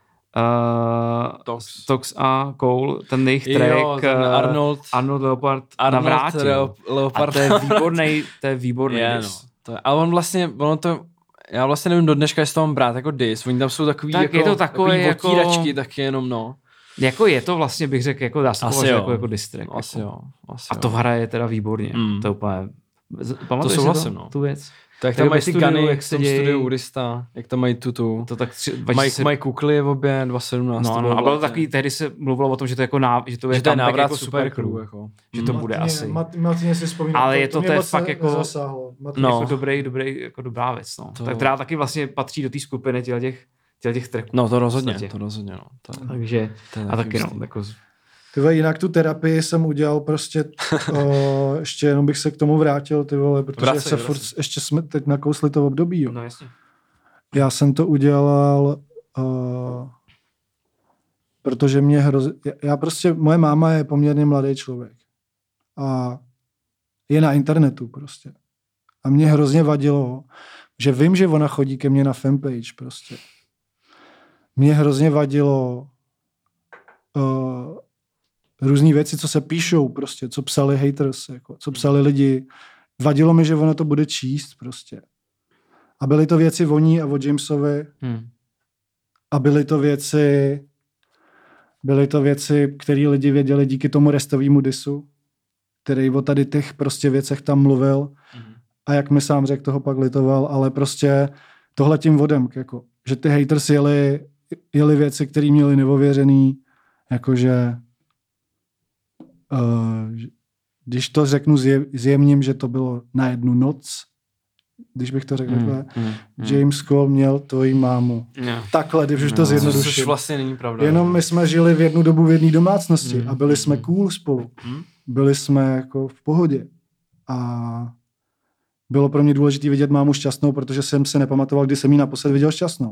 Tox a Cole, ten jejich track Arnold Leopard navrátil. Leopard. To je výborný diss. No, ale on vlastně, já vlastně nevím do dneška, jestli to mám brát jako diss. Oni tam jsou takový tak jako, je to takový jako otíračky, tak jenom no. Jako je to vlastně, bych řekl, jako dá se považovat jako diss track. Asi jako. A to hraje teda výborně. To je úplně... Pamatuješ si tu věc? Tak tam mají ty gany, jak v tom studiu Urista, jak tam mají tu. To tak mají kukly v obě 2017. No, a bylo takový, tehdy se mluvilo o tom, že to jako že to je návrat jako super crew, jako, že to bude asi. Martině si vzpomínám. Ale je to fakt jako dobrý, jako dobrá věc, no. Tak která taky vlastně patří do té skupiny těch tracků. No to rozhodně, no. Takže, a taky no, jako... Tyhle, jinak tu terapii jsem udělal prostě, ještě jenom bych se k tomu vrátil, ty vole, protože furt ještě jsme teď nakousli to období, jo. No jasně. Já jsem to udělal, protože mě moje máma je poměrně mladý člověk a je na internetu prostě. A mě hrozně vadilo, že vím, že ona chodí ke mně na fanpage prostě. Mě hrozně vadilo různý věci, co se píšou prostě, co psali haters, jako, co psali lidi. Vadilo mi, že ona to bude číst prostě. A byly to věci o ní a o Jamesovi. A byly to věci, které lidi věděli díky tomu restovému disu, který o tady těch prostě věcech tam mluvil. A jak mi sám řekl, toho pak litoval, ale prostě tohle tím vodem, jako, že ty haters jeli věci, které měli neověřený, jakože když to řeknu zjemním, že to bylo na jednu noc, když bych to řekl takhle, James Cole měl tvoji mámu. Takhle, když už to zjednoduším. Což vlastně není pravda. Jenom my jsme žili v jednu dobu v jedné domácnosti a byli jsme cool spolu. Byli jsme jako v pohodě. A bylo pro mě důležité vidět mámu šťastnou, protože jsem se nepamatoval, kdy jsem ji naposled viděl šťastnou.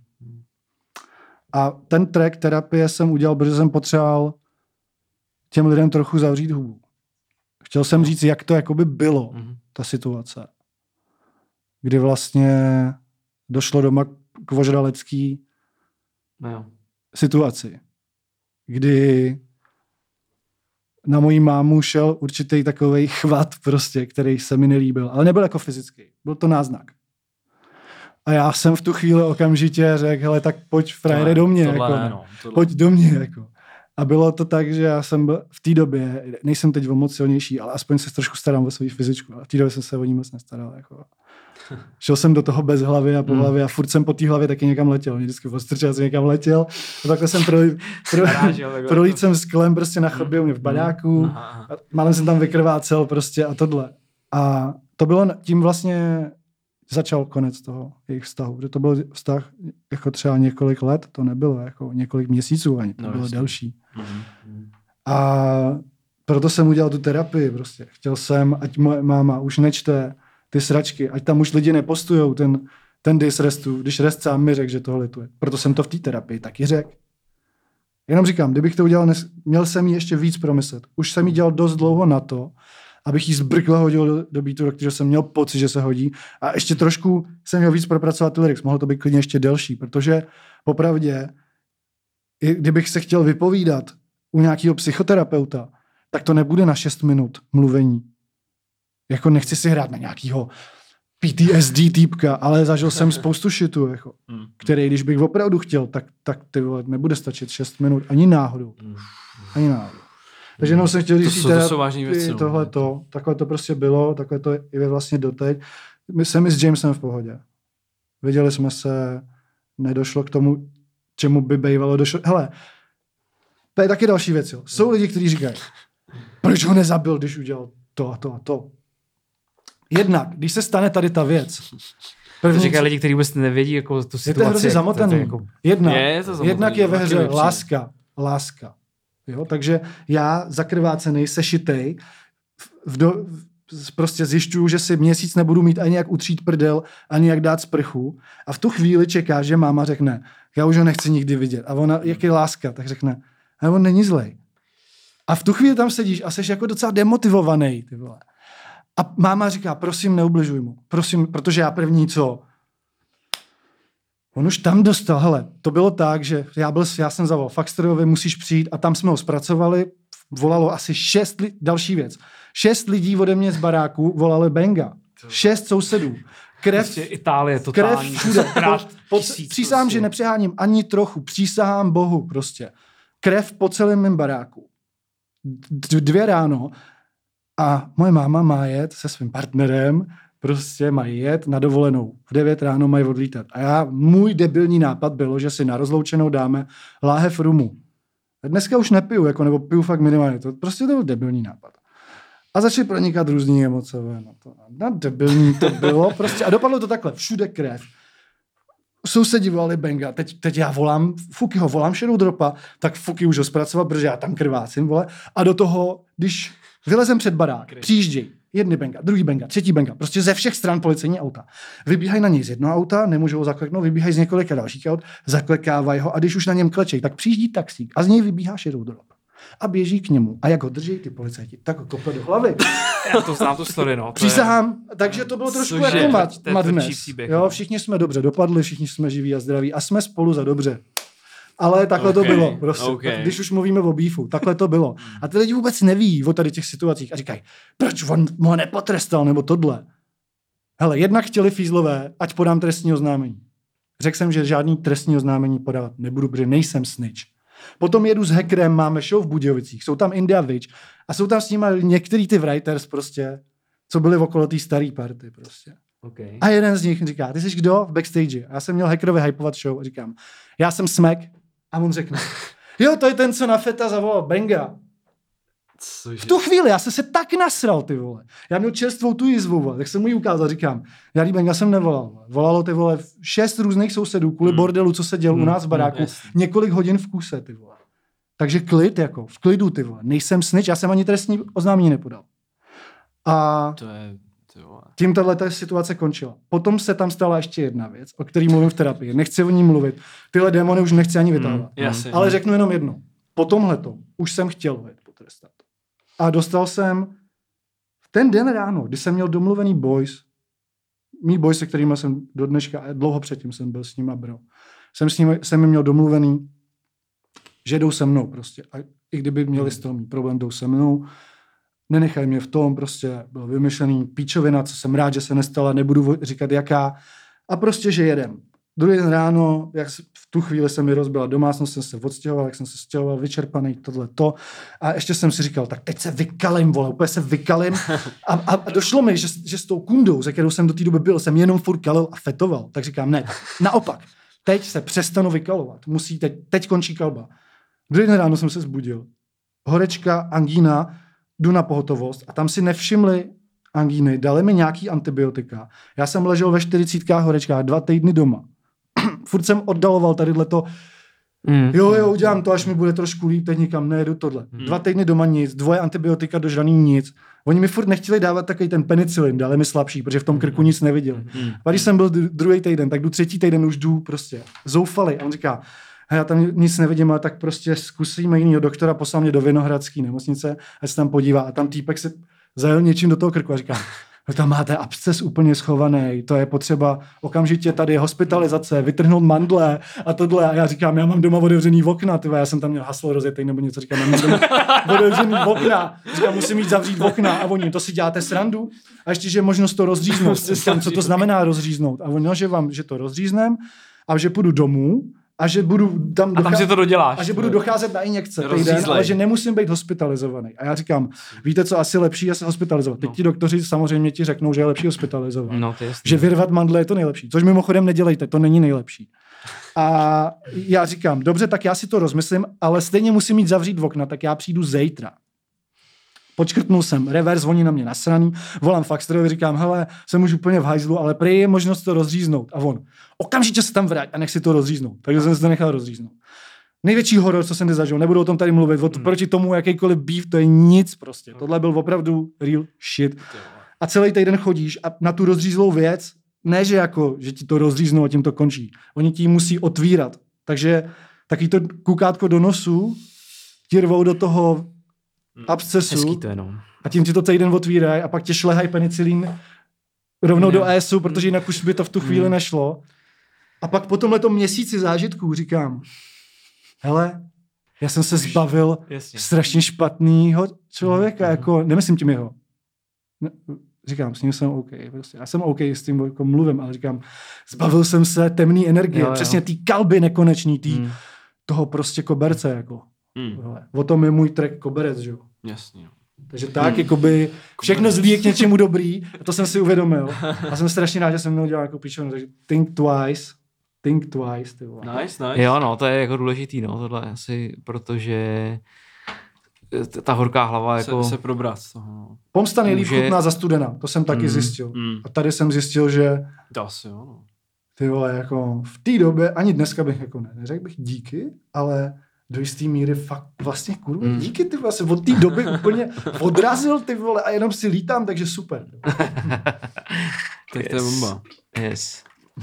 A ten track terapie jsem udělal, protože jsem potřeboval těm lidem trochu zavřít hubu. Chtěl jsem říct, jak to jakoby bylo, ta situace. Kdy vlastně došlo doma k ožralecký situaci. Kdy na moji mámu šel určitý takovej chvat prostě, který se mi nelíbil. Ale nebyl jako fyzický. Byl to náznak. A já jsem v tu chvíli okamžitě řekl, hele, tak pojď frajere do mě. Pojď do mě. Jako. A bylo to tak, že já jsem byl v té době, nejsem teď o moc silnější, ale aspoň se trošku starám o svou fyzičku. Ale v té době jsem se o ní moc nestaral. Jako. Šel jsem do toho bez hlavy a po hlavě a furt jsem po té hlavě taky někam letěl. Mě vždycky postrčil, jsem někam letěl. A takhle jsem prolít jsem sklem prostě na chodbě u mě v baďáku. Málem jsem tam vykrvácel prostě a tohle. A to bylo tím vlastně začal konec toho jejich vztahu. Že to byl vztah jako třeba několik let, to nebylo jako několik měsíců ani, to bylo delší. A proto jsem udělal tu terapii prostě. Chtěl jsem, ať moje máma už nečte ty sračky, ať tam už lidi nepostujou ten disrestu, když rest sám mi řekl, že tohle lituje. Proto jsem to v té terapii taky řekl. Jenom říkám, kdybych to udělal, měl jsem ji ještě víc promyslet. Už jsem ji dělal dost dlouho na to, abych ji zbrkle hodil do beatu, do kterého jsem měl pocit, že se hodí. A ještě trošku jsem měl víc propracovat ty lyrics. Mohlo to být klidně ještě delší, protože popravdě, kdybych se chtěl vypovídat u nějakého psychoterapeuta, tak to nebude na 6 minut mluvení. Jako nechci si hrát na nějakýho PTSD týpka, ale zažil jsem spoustu shitu, jako, který, když bych opravdu chtěl, tak ty vole, nebude stačit 6 minut, ani náhodou. Ani náhodou. Takže jenom jsem chtěl říct, to jsou vážný věci. Takhle to prostě bylo, takhle to je vlastně doteď. My jsem s Jamesem v pohodě. Viděli jsme se, nedošlo k tomu, čemu by bývalo došlo. Hele, to je taky další věc. Jo. Jsou lidi, kteří říkají, proč ho nezabil, když udělal to a to a to. Jednak, když se stane tady ta věc. To říkají lidi, kteří vůbec nevědí jako tu situaci. Je to hrozně zamotaný. Jako... Jednak je ve hře láska. Jo? Takže já zakrvácenej, sešitej, prostě zjišťuju, že si měsíc nebudu mít ani jak utřít prdel, ani jak dát sprchu. A v tu chvíli čeká, že máma řekne, já už ho nechci nikdy vidět. A ona, jak je láska, tak řekne, a on není zlej. A v tu chvíli tam sedíš a seš jako docela demotivovaný, ty vole. A máma říká, prosím, neubližuj mu. Prosím, protože já první co? On už tam dostal, hele, to bylo tak, že já jsem zavolal Faxterovi, musíš přijít a tam jsme ho zpracovali, volalo asi 6 další věc. 6 lidí ode mě z baráku volali Benga. 6 sousedů. Krev, Itálie, totální. Krev všude. Přísahám, že nepřeháním ani trochu. Přísahám Bohu prostě. Krev po celém mém baráku. 2 ráno a moje máma má jet se svým partnerem, prostě mají jet na dovolenou. V 9 ráno mají odlítat. A můj debilní nápad bylo, že si na rozloučenou dáme láhev rumu. Dneska už nepiju, jako, nebo piju fakt minimálně. To prostě to byl debilní nápad. A začaly pronikat různý emoce. No, debilní to bylo. Prostě. A dopadlo to takhle. Všude krev. Sousedi volali Benga. Teď já volám Fukyho, volám Shadow Dropa, tak Fuky už ho zpracoval, protože já tam krvácím, vole. A do toho, když vylezem před barák, přijížděj. Jedny Benga, druhý Benga, třetí Benga. Prostě ze všech stran policejní auta. Vybíhají na něj z jednoho auta, nemůžou ho zakleknout, vybíhají z několika dalších aut, zaklekávají ho a když už na něm klečej, tak přijíždí taxík a z něj vybíhá Shadow Drop. A běží k němu. A jak ho drží ty policajti, tak ho kope do hlavy. Já to znám tu story, no. Přísahám, takže to bylo trošku jako madness. Jo, všichni jsme dobře dopadli, všichni jsme živí a zdraví a jsme spolu za dobře. Ale takhle to bylo, prostě. Když už mluvíme o beefu, takhle to bylo. A ty lidi vůbec neví o tady těch situacích a říkají, proč on ho nepotrestal, nebo tohle. Hele, jednak chtěli fízlové, ať podám trestní oznámení. Řekl jsem, že žádný trestní oznámení podávat nebudu, protože nejsem snitch. Potom jedu s hackerem, máme show v Budějovicích, jsou tam India Witch a jsou tam s nimi některý ty writers prostě, co byli okolo té staré party prostě. Okay. A jeden z nich říká, ty jsi kdo v backstage? A já jsem měl hackerovi hypovat show a říkám, já jsem Smek. A on řekne, jo, to je ten, co na Feta zavolal Benga. Cože? V tu chvíli já jsem se tak nasral, ty vole. Já měl čerstvou tu jizvu, vole. Tak jsem mu ji ukázal, říkám, já Benga jsem nevolal. Vole. Volalo ty vole 6 různých sousedů kvůli bordelu, co se děl u nás v baráku, několik hodin v kuse, ty vole. Takže klid, jako, v klidu, ty vole. Nejsem snitch, já jsem ani trestní oznámení nepodal. A tím tato situace končila. Potom se tam stala ještě jedna věc, o který mluvím v terapii. Nechci o ní mluvit. Tyhle démony už nechci ani vytávat. Ale řeknu jenom jedno. Po tomhletom už jsem chtěl ho potrestat. A dostal jsem v ten den ráno, kdy jsem měl domluvený boys, mý boys, se kterými jsem do dneška, dlouho předtím jsem byl s nima, bro. Jsem měl domluvený, že jdou se mnou prostě. A i kdyby měli z toho mít problém, jdou se mnou. Nenechaj mě v tom, prostě byl vymyšlený píčovina, co jsem rád, že se nestala, nebudu říkat jaká. A prostě, že jedem. Druhý den ráno, jak v tu chvíli se mi rozbila domácnost, jsem se odstěhoval, jak jsem se stěhoval, vyčerpaný, tohleto. A ještě jsem si říkal, tak teď se vykalím, vole, úplně se vykalím. A došlo mi, že s tou kundou, ze kterou jsem do té doby byl, jsem jenom furt kalil a fetoval. Tak říkám, ne, naopak. Teď se přestanu vykalovat. Musí teď končí kalba. Druhý den ráno jsem se zbudil. Horečka, angína, jdu na pohotovost a tam si nevšimli angíny, dali mi nějaký antibiotika. Já jsem ležel ve 40 horečkách 2 týdny doma. Furt jsem oddaloval tadyhleto. Jo, udělám to, až mi bude trošku líp, teď nikam nejedu tohle. 2 týdny doma nic, 2 antibiotika dožraný nic. Oni mi furt nechtěli dávat takový ten penicilin, dali mi slabší, protože v tom krku nic neviděli. A když jsem byl druhý týden, tak jdu 3. týden už jdu prostě zoufalý. A on říká, já tam nic nevidím, ale tak prostě zkusíme jinýho doktora, poslal mě do Vinohradské nemocnice a se tam podívá. A tam týpek se zajel něčím do toho krku a říká, no tam máte absces úplně schovaný, to je potřeba okamžitě tady hospitalizace, vytrhnout mandle a tohle. A já říkám, já mám doma otevřený okna, já jsem tam měl haslo rozjetý nebo něco, říkám, já mám doma otevřený okna, říkám, musím jít zavřít okna a oni, to si děláte srandu a ještě, že je možnost to rozříznout. Říkám, co to znamená rozříznout? A oni, že to rozříznem a že půjdu domů, a že budu tam si to doděláš. A že budu docházet na injekce týden, ale že nemusím být hospitalizovaný. A já říkám, víte co, asi lepší je se hospitalizovat. Teď ti doktoři samozřejmě ti řeknou, že je lepší hospitalizovat. No, že vyrvat mandle je to nejlepší. Což mimochodem nedělejte, to není nejlepší. A já říkám, dobře, tak já si to rozmyslím, ale stejně musím mít zavřít okna, tak já přijdu zítra. Počkrtnul jsem, revers, oni na mě nasraný, volám Faxterovi, říkám, hele, jsem už úplně v hajzlu, ale prý je možnost to rozříznout. A on, okamžitě se tam vrať a nech si to rozříznout. Takže jsem si to nechal rozříznout. Největší horor, co jsem zažil, nebudu o tom tady mluvit, proti tomu jakýkoliv beef, to je nic prostě. Tohle byl opravdu real shit. A celý týden chodíš a na tu rozřízlou věc, ne, že jako, že ti to rozříznou a tím to končí. Oni ti musí otvírat. Takže taky to kukátko do nosu ti rvou do toho abscesu a tím ti to týden otvírají a pak tě šlehají penicilín rovnou do ESu, protože jinak už by to v tu chvíli nešlo. A pak po tomhletom měsíci zážitků říkám, hele, já jsem se zbavil strašně špatného člověka, jako, nemyslím tím jeho. Říkám, s ním jsem OK. Prostě. Já jsem OK s tím jako mluvím, ale říkám, zbavil jsem se temné energie, přesně té kalby nekonečný, toho prostě koberce, jako. O tom je můj track Koberec, že jo. Jasně. Takže tak, jakoby všechno zlý je k něčemu dobrý, a to jsem si uvědomil. A jsem strašně rád, že jsem neudělal jako píčovinu, takže think twice, ty vole. Nice. Jo, no, to je jako důležitý, no, tohle asi, protože ta horká hlava jako... Se probrat z toho. Pomsta nejlíp chutná za studena, to jsem taky zjistil. A tady jsem zjistil, že... To asi jo, no. Ty vole, jako v té době, ani dneska bych jako neřekl bych díky, ale... do jistý míry fakt vlastně kurva, díky ty vole, se od té doby úplně odrazil ty vole a jenom si lítám, takže super. Tak to je bomba. Yes.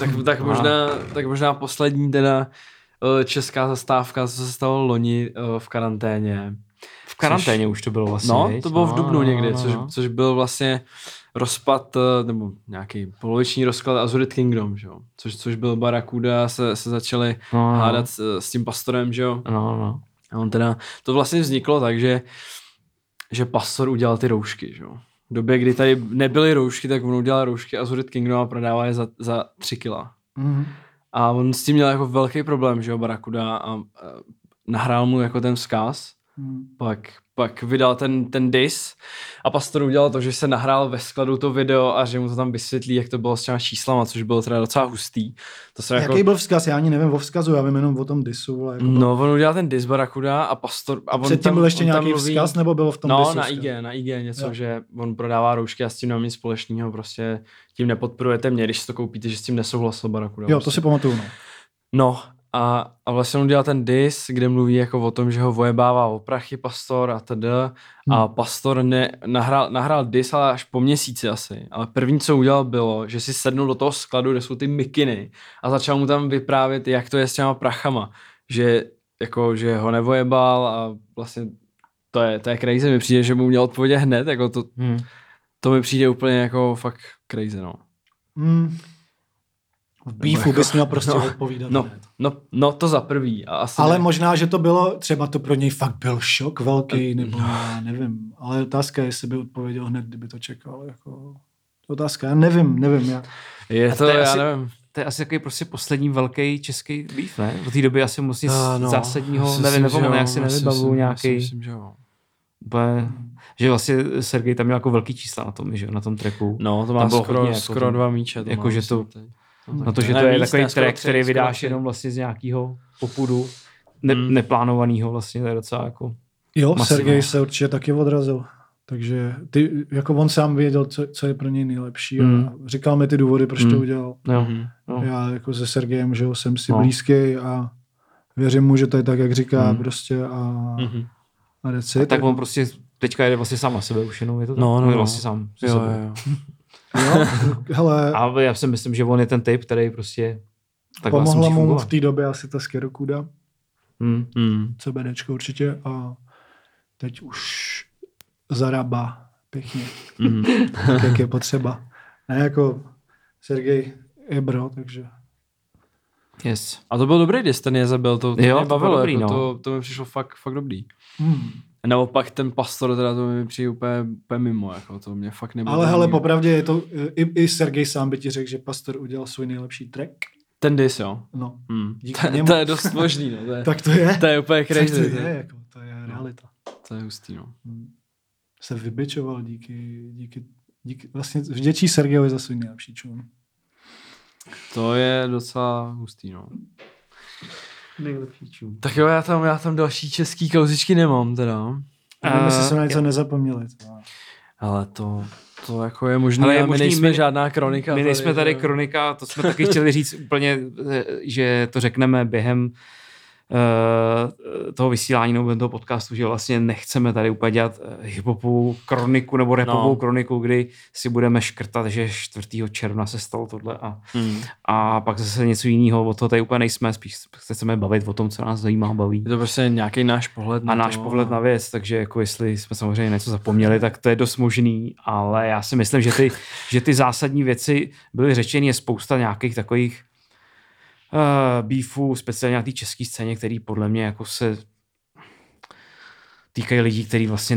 Tak možná poslední teda česká zastávka, co se stalo loni v karanténě. V karanténě už to bylo vlastně. No, to bylo v dubnu někdy, což byl vlastně rozpad, nebo nějaký poloviční rozklad Azurit Kingdom, že jo? Což byl Barracuda, se začali hádat s tím pastorem, že jo? No. A on teda, to vlastně vzniklo tak, že pastor udělal ty roušky, že jo? V době, kdy tady nebyly roušky, tak on udělal roušky Azurit Kingdom a prodává je za 3 kila. Mm-hmm. A on s tím měl jako velký problém, že jo, Barracuda, a nahrál mu jako ten vzkaz. Pak vydal ten diss a pastor udělal to, že se nahrál ve skladu to video a že mu to tam vysvětlí, jak to bylo s těma číslama, což bylo teda docela hustý. To jaký byl vzkaz? Já ani nevím o vzkazu, já vím jenom o tom dissu. Jako no, on udělal ten diss Barracuda a pastor... A předtím byl ještě nějaký vzkaz, nebo bylo v tom dissu? No, na IG něco, že on prodává roušky a s tím nemá nic společného, prostě tím nepodporujete mě, když si to koupíte, že s tím nesouhlasil Barracuda. Jo, prostě. To si pamatuju, No. A vlastně on udělal ten diss, kde mluví jako o tom, že ho vojebává o prachy pastor a td. A pastor nahrál diss, ale až po měsíci asi. Ale první, co udělal, bylo, že si sednul do toho skladu, kde jsou ty mikiny a začal mu tam vyprávět, jak to je s těma prachama. Že ho nevojebal a vlastně to je crazy. Mi přijde, že mu měl odpovědět hned, jako to mi přijde úplně jako fakt crazy, no. V beefu bys měl prostě odpovídat. No, to za prvý. Ale možná, že to bylo, třeba to pro něj fakt byl šok velký, nebo nevím. Ale otázka je, jestli by odpověděl hned, kdyby to čekal. Jako... Otázka, já nevím. Nevím. To je asi takový prostě poslední velký český beef, ne? V té době asi musí zásadního, nevím, jak si nevybavu nějaký... Myslím, že jo. Že vlastně Sergej tam měl jako velký čísla na tom, že? Na tom tracku. No, to má skoro 2 míče. Jako, že to... Na to, že to je takový track, který vydáš jenom vlastně z nějakého popudu neplánovaného vlastně, to je docela jako jo, masivno. Sergej se určitě taky odrazil. Takže jako on sám věděl, co je pro něj nejlepší a říkal mi ty důvody, proč to udělal. Jo. Já jako se Sergejem, že jsem si blízký a věřím mu, že to je tak, jak říká prostě a tak on prostě teďka jede vlastně sám na sebe už jenom, je to tak? Vlastně sám se jo. Hele, a já si myslím, že on je ten typ, který prostě tak pomohla mu v té době asi ta Skerokuda. CBDčko určitě a teď už zaraba pěkně. Tak, jak je potřeba. Ne jako Sergej je bro, takže... Yes. A to byl dobrý dis, ten je zabil, to mě bavilo, dobrý, jako to mi přišlo fakt dobrý. Naopak ten Pastor, teda to mi přijde úplně mimo, jako to mě fakt nebylo. Ale hele, popravdě je to, i Sergej sám by ti řekl, že Pastor udělal svůj nejlepší track. Ten dis, jo. No. To je dost možný, no. Tak to je. To je úplně crazy. To je realita. To je hustý, no. Se vybičoval díky vlastně vděčí Sergejovi za svůj nejlepší čun. To je docela hustý, no. Nejlepší čun. Tak jo, já tam další český kauzičky nemám, teda. My se na něco nezapomněli. Ale to jako je možné, ale my nejsme žádná kronika. My nejsme tady kronika, to jsme taky chtěli říct úplně, že to řekneme během toho vysílání nebo toho podcastu, že vlastně nechceme tady úplně dělat hiphopovou kroniku nebo rapovou kroniku, kdy si budeme škrtat, že 4. června se stalo tohle a pak zase něco jiného, o toho tady úplně nejsme, spíš se chceme bavit o tom, co nás zajímá, baví. Je to prostě nějaký náš pohled na náš pohled na věc, takže jako jestli jsme samozřejmě něco zapomněli, tak to je dost možný, ale já si myslím, že ty zásadní věci byly řečeny, je spousta nějakých takových beefů, speciálně na té české scéně, který podle mě jako se týkají lidí, kteří vlastně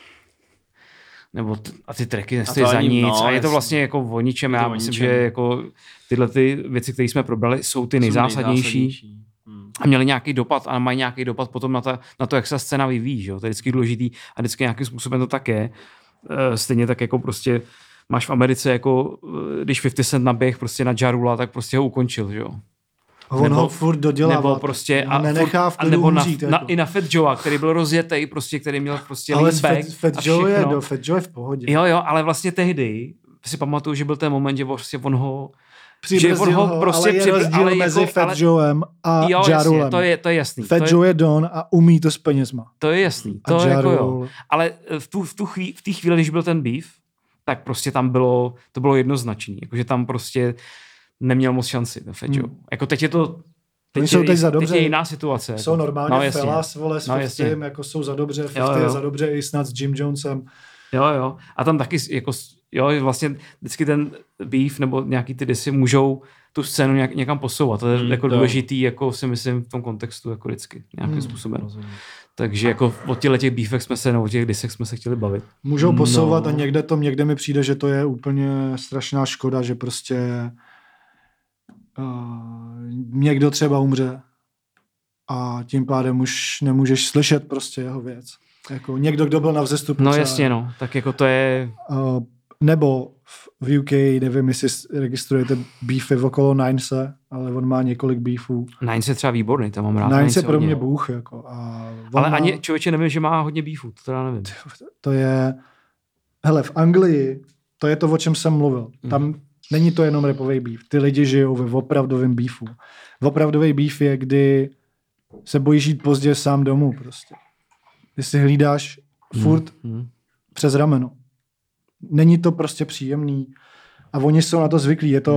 a ty tracky nestojí za nic a je to vlastně jako o ničem. Já myslím, že jako tyhle ty věci, které jsme probrali, jsou ty nejzásadnější. A měli nějaký dopad a mají nějaký dopad potom na to, jak se scéna vyvíjí. Že? To je vždycky důležitý a vždycky nějakým způsobem to tak je. Stejně tak jako prostě máš v Americe, jako když 50 Cent naběh prostě na Ja Rula, tak prostě ho ukončil, že jo. On ho furt dodělává. Nebo prostě nenechá v klidu umřít. I na Fat Joea, který byl rozjetej, prostě, který měl prostě lean back Fat Joe je v pohodě. Jo, ale vlastně tehdy si pamatuju, že byl ten moment, že vlastně on ho ale je rozdíl mezi Fat Joem a Ja Rulem. To je jasný. Fat Joe je don a umí to s penězma. To je jasný. To jako jo. Ale v té chvíli, když byl ten beef, tak prostě tam to bylo jednoznačný. Jakože tam prostě neměl moc šanci, ten Fat Joe. Jako teď je to teď je jiná situace. Jsou normálně Felas, vole, s 50, jako jsou za dobře, 50 je za dobře i snad s Jim Jonesem. Jo. A tam taky jako, vlastně vždycky ten beef nebo nějaký ty disy můžou tu scénu někam posouvat. To je jako důležitý, jako si myslím v tom kontextu jako vždycky nějakým způsobem. Rozumím. Takže jako o těch beefech o těch disech jsme se chtěli bavit. Můžou posouvat a někde mi přijde, že to je úplně strašná škoda, že prostě někdo třeba umře a tím pádem už nemůžeš slyšet prostě jeho věc. Jako někdo, kdo byl na vzestupu. No jasně, no. Tak jako to je... Nebo v UK, nevím, jestli registrujete beefy okolo Ninese, ale on má několik beefů. Nines je třeba výborný, tam mám rád. Nines je pro mě bůh. Jako, ale ani člověče nevím, že má hodně beefů, to teda nevím. To je... Hele, v Anglii, to je to, o čem jsem mluvil. Tam není to jenom rapový beef. Ty lidi žijou ve opravdovém beefu. Opravdový beef je, kdy se bojíš jít pozdě sám domů prostě. Ty si hlídáš furt přes rameno. Není to prostě příjemný. A oni jsou na to zvyklí. Je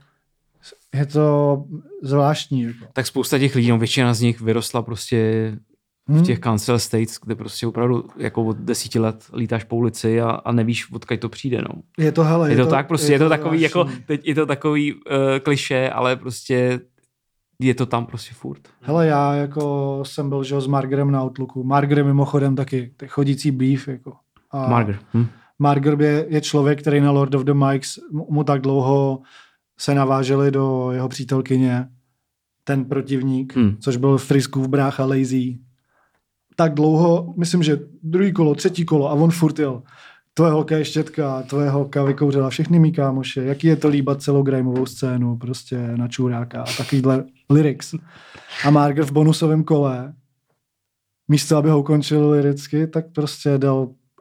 to zvláštní. Jako. Tak spousta těch lidí, většina z nich vyrostla prostě v těch cancel states, kde prostě opravdu jako od 10 let lítáš po ulici a nevíš, odkud to přijde. No. Je to tak prostě, je to takový, jako, teď je to takový klišé, ale prostě je to tam prostě furt. Hele, já jako jsem byl s Margerem na Outlooku. Marger mimochodem taky chodící beef. Jako. Marger je člověk, který na Lord of the Mics mu tak dlouho se naváželi do jeho přítelkyně, ten protivník, což byl Friskův brácha Lazy. Tak dlouho, myslím, že 2. kolo, 3. kolo a on furt jel. Tvoje holka je štětka, tvoje holka vykouřila všechny mý kámoše, jaký je to líbat celou grimeovou scénu, prostě na čůráka a takovýhle lyrics. A Marger v bonusovém kole, místo aby ho ukončil liricky, tak prostě dal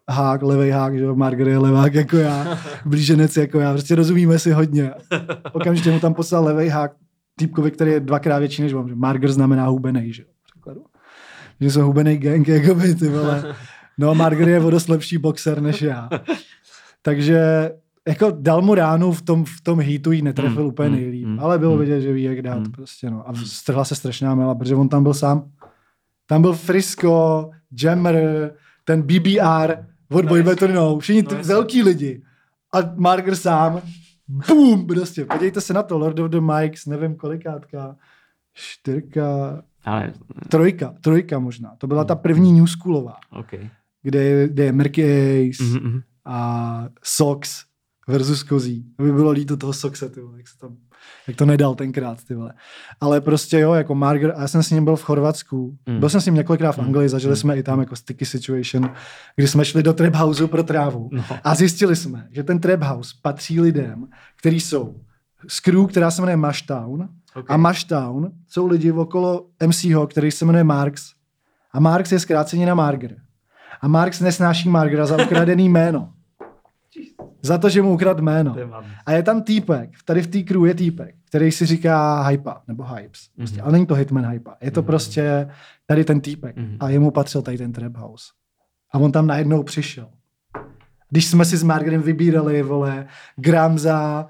hák, levej hák, že Marger je levák jako já, blíženec jako já, prostě rozumíme si hodně. Okamžitě mu tam poslal levej hák týpkovi, který je 2x větší než on. Marger znamená hubenej, že jo, překladu. Že jsou hubenej gang, jakoby, ty vole. No, Marger je o dost lepší boxer než já. Takže jako dal mu ránu v tom heatu jí netrefil úplně nejlíp, ale bylo vidět, že ví, jak dát prostě, no. A strhla se strašná mela, protože on tam byl sám. Tam byl Frisco, Jammer, ten BBR od Boy Better Know, všichni ty velký lidi. A Marger sám, boom, prostě. Podívejte se na to, Lord of the Mikes, nevím kolikátka, 4, ale... 3 možná. To byla ta první New Schoolová, kde je Merky Ace a Sox versus Kozí. To by bylo líto toho Soxe, ty vole, jak to nedal tenkrát, ty vole. Ale prostě jo, jako Marger, a já jsem s ním byl v Chorvatsku, byl jsem s ním několikrát v Anglii, zažili jsme i tam jako sticky situation, kdy jsme šli do trap houseu pro trávu a zjistili jsme, že ten trap house patří lidem, kteří jsou z crew, která se jmenuje Mashtown, a Mashtown jsou lidi okolo MCho, který se jmenuje Marks, a Marks je zkrácení na Marger. A Marks nesnáší Margera za ukradený jméno. Za to, že mu ukradl jméno. A je tam týpek, tady v té crew je týpek, který si říká Hypa, nebo Hypes. Prostě. Ale není to Hitman Hypa. Je to prostě tady ten týpek. A jemu patřil tady ten trap house. A on tam najednou přišel. Když jsme si s Margerem vybírali, vole, gram za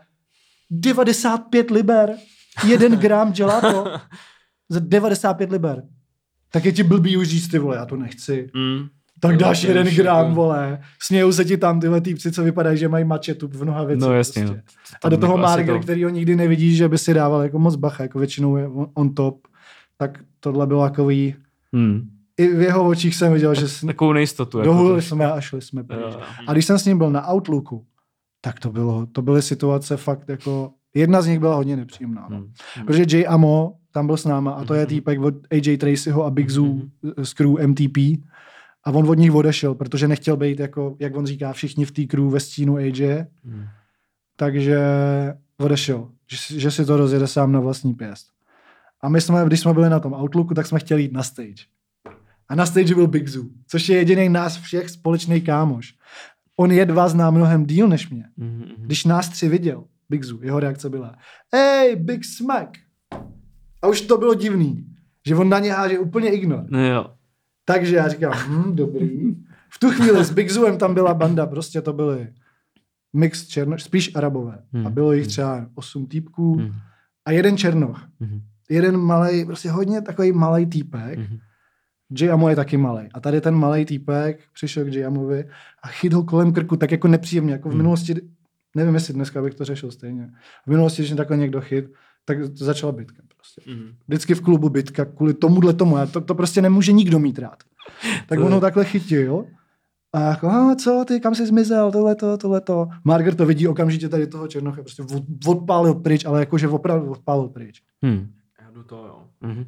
95 liber. 1 gram gelato za 95 liber. Tak je ti blbý už říct, ty vole, já to nechci. Tak dáš 1 gram, vole. Smějou se ti tam tyhle týpci, co vypadají, že mají mačetu v nohavici. No jasně. Prostě. A do toho Marger, který ho nikdy nevidíš, že by si dával jako moc bacha, jako většinou je on top. Tak tohle bylo takový... I v jeho očích jsem viděl, že... Takovou nejistotu. Dohulili jsme a šli jsme pryč. A když jsem s ním byl na Outlooku, tak to byly situace fakt jako... Jedna z nich byla hodně nepříjemná. No. Protože J. Amo tam byl s náma a to je týpek od AJ Tracyho a Big Zoo z crew MTP. A on od nich odešel, protože nechtěl být, jako, jak on říká, všichni v té crew ve stínu AJ. Takže odešel, že si to rozjede sám na vlastní pěst. A my jsme, když jsme byli na tom Outlooku, tak jsme chtěli jít na stage. A na stage byl Big Zoo, což je jediný nás všech společný kámoš. On zná mnohem díl než mě. Když nás 3 viděl, Big Zoo, jeho reakce byla hey, Big Smack. A už to bylo divný, že on na ně háže úplně ignor. No jo. Takže já říkám, dobrý. V tu chvíli s Big Zooem tam byla banda, prostě to byly mix spíš Arabové. A bylo jich třeba 8 týpků a 1 černoch. Jeden malej, prostě hodně takový malej týpek. J. Amo je taky malej. A tady ten malej týpek přišel k J. Amovi a chyt ho kolem krku tak jako nepříjemně, jako v minulosti, nevím, jestli dneska bych to řešil stejně. V minulosti, když takhle někdo chyt, tak začala bitka prostě. Vždycky v klubu bitka kvůli tomuhle tomu. To prostě nemůže nikdo mít rád. Tak on ho takhle chytil a jako, co ty, kam jsi zmizel, tohleto. Marger to vidí okamžitě tady toho černocha, prostě odpálil pryč, ale jakože opravdu odpálil pryč. Já jdu to, jo.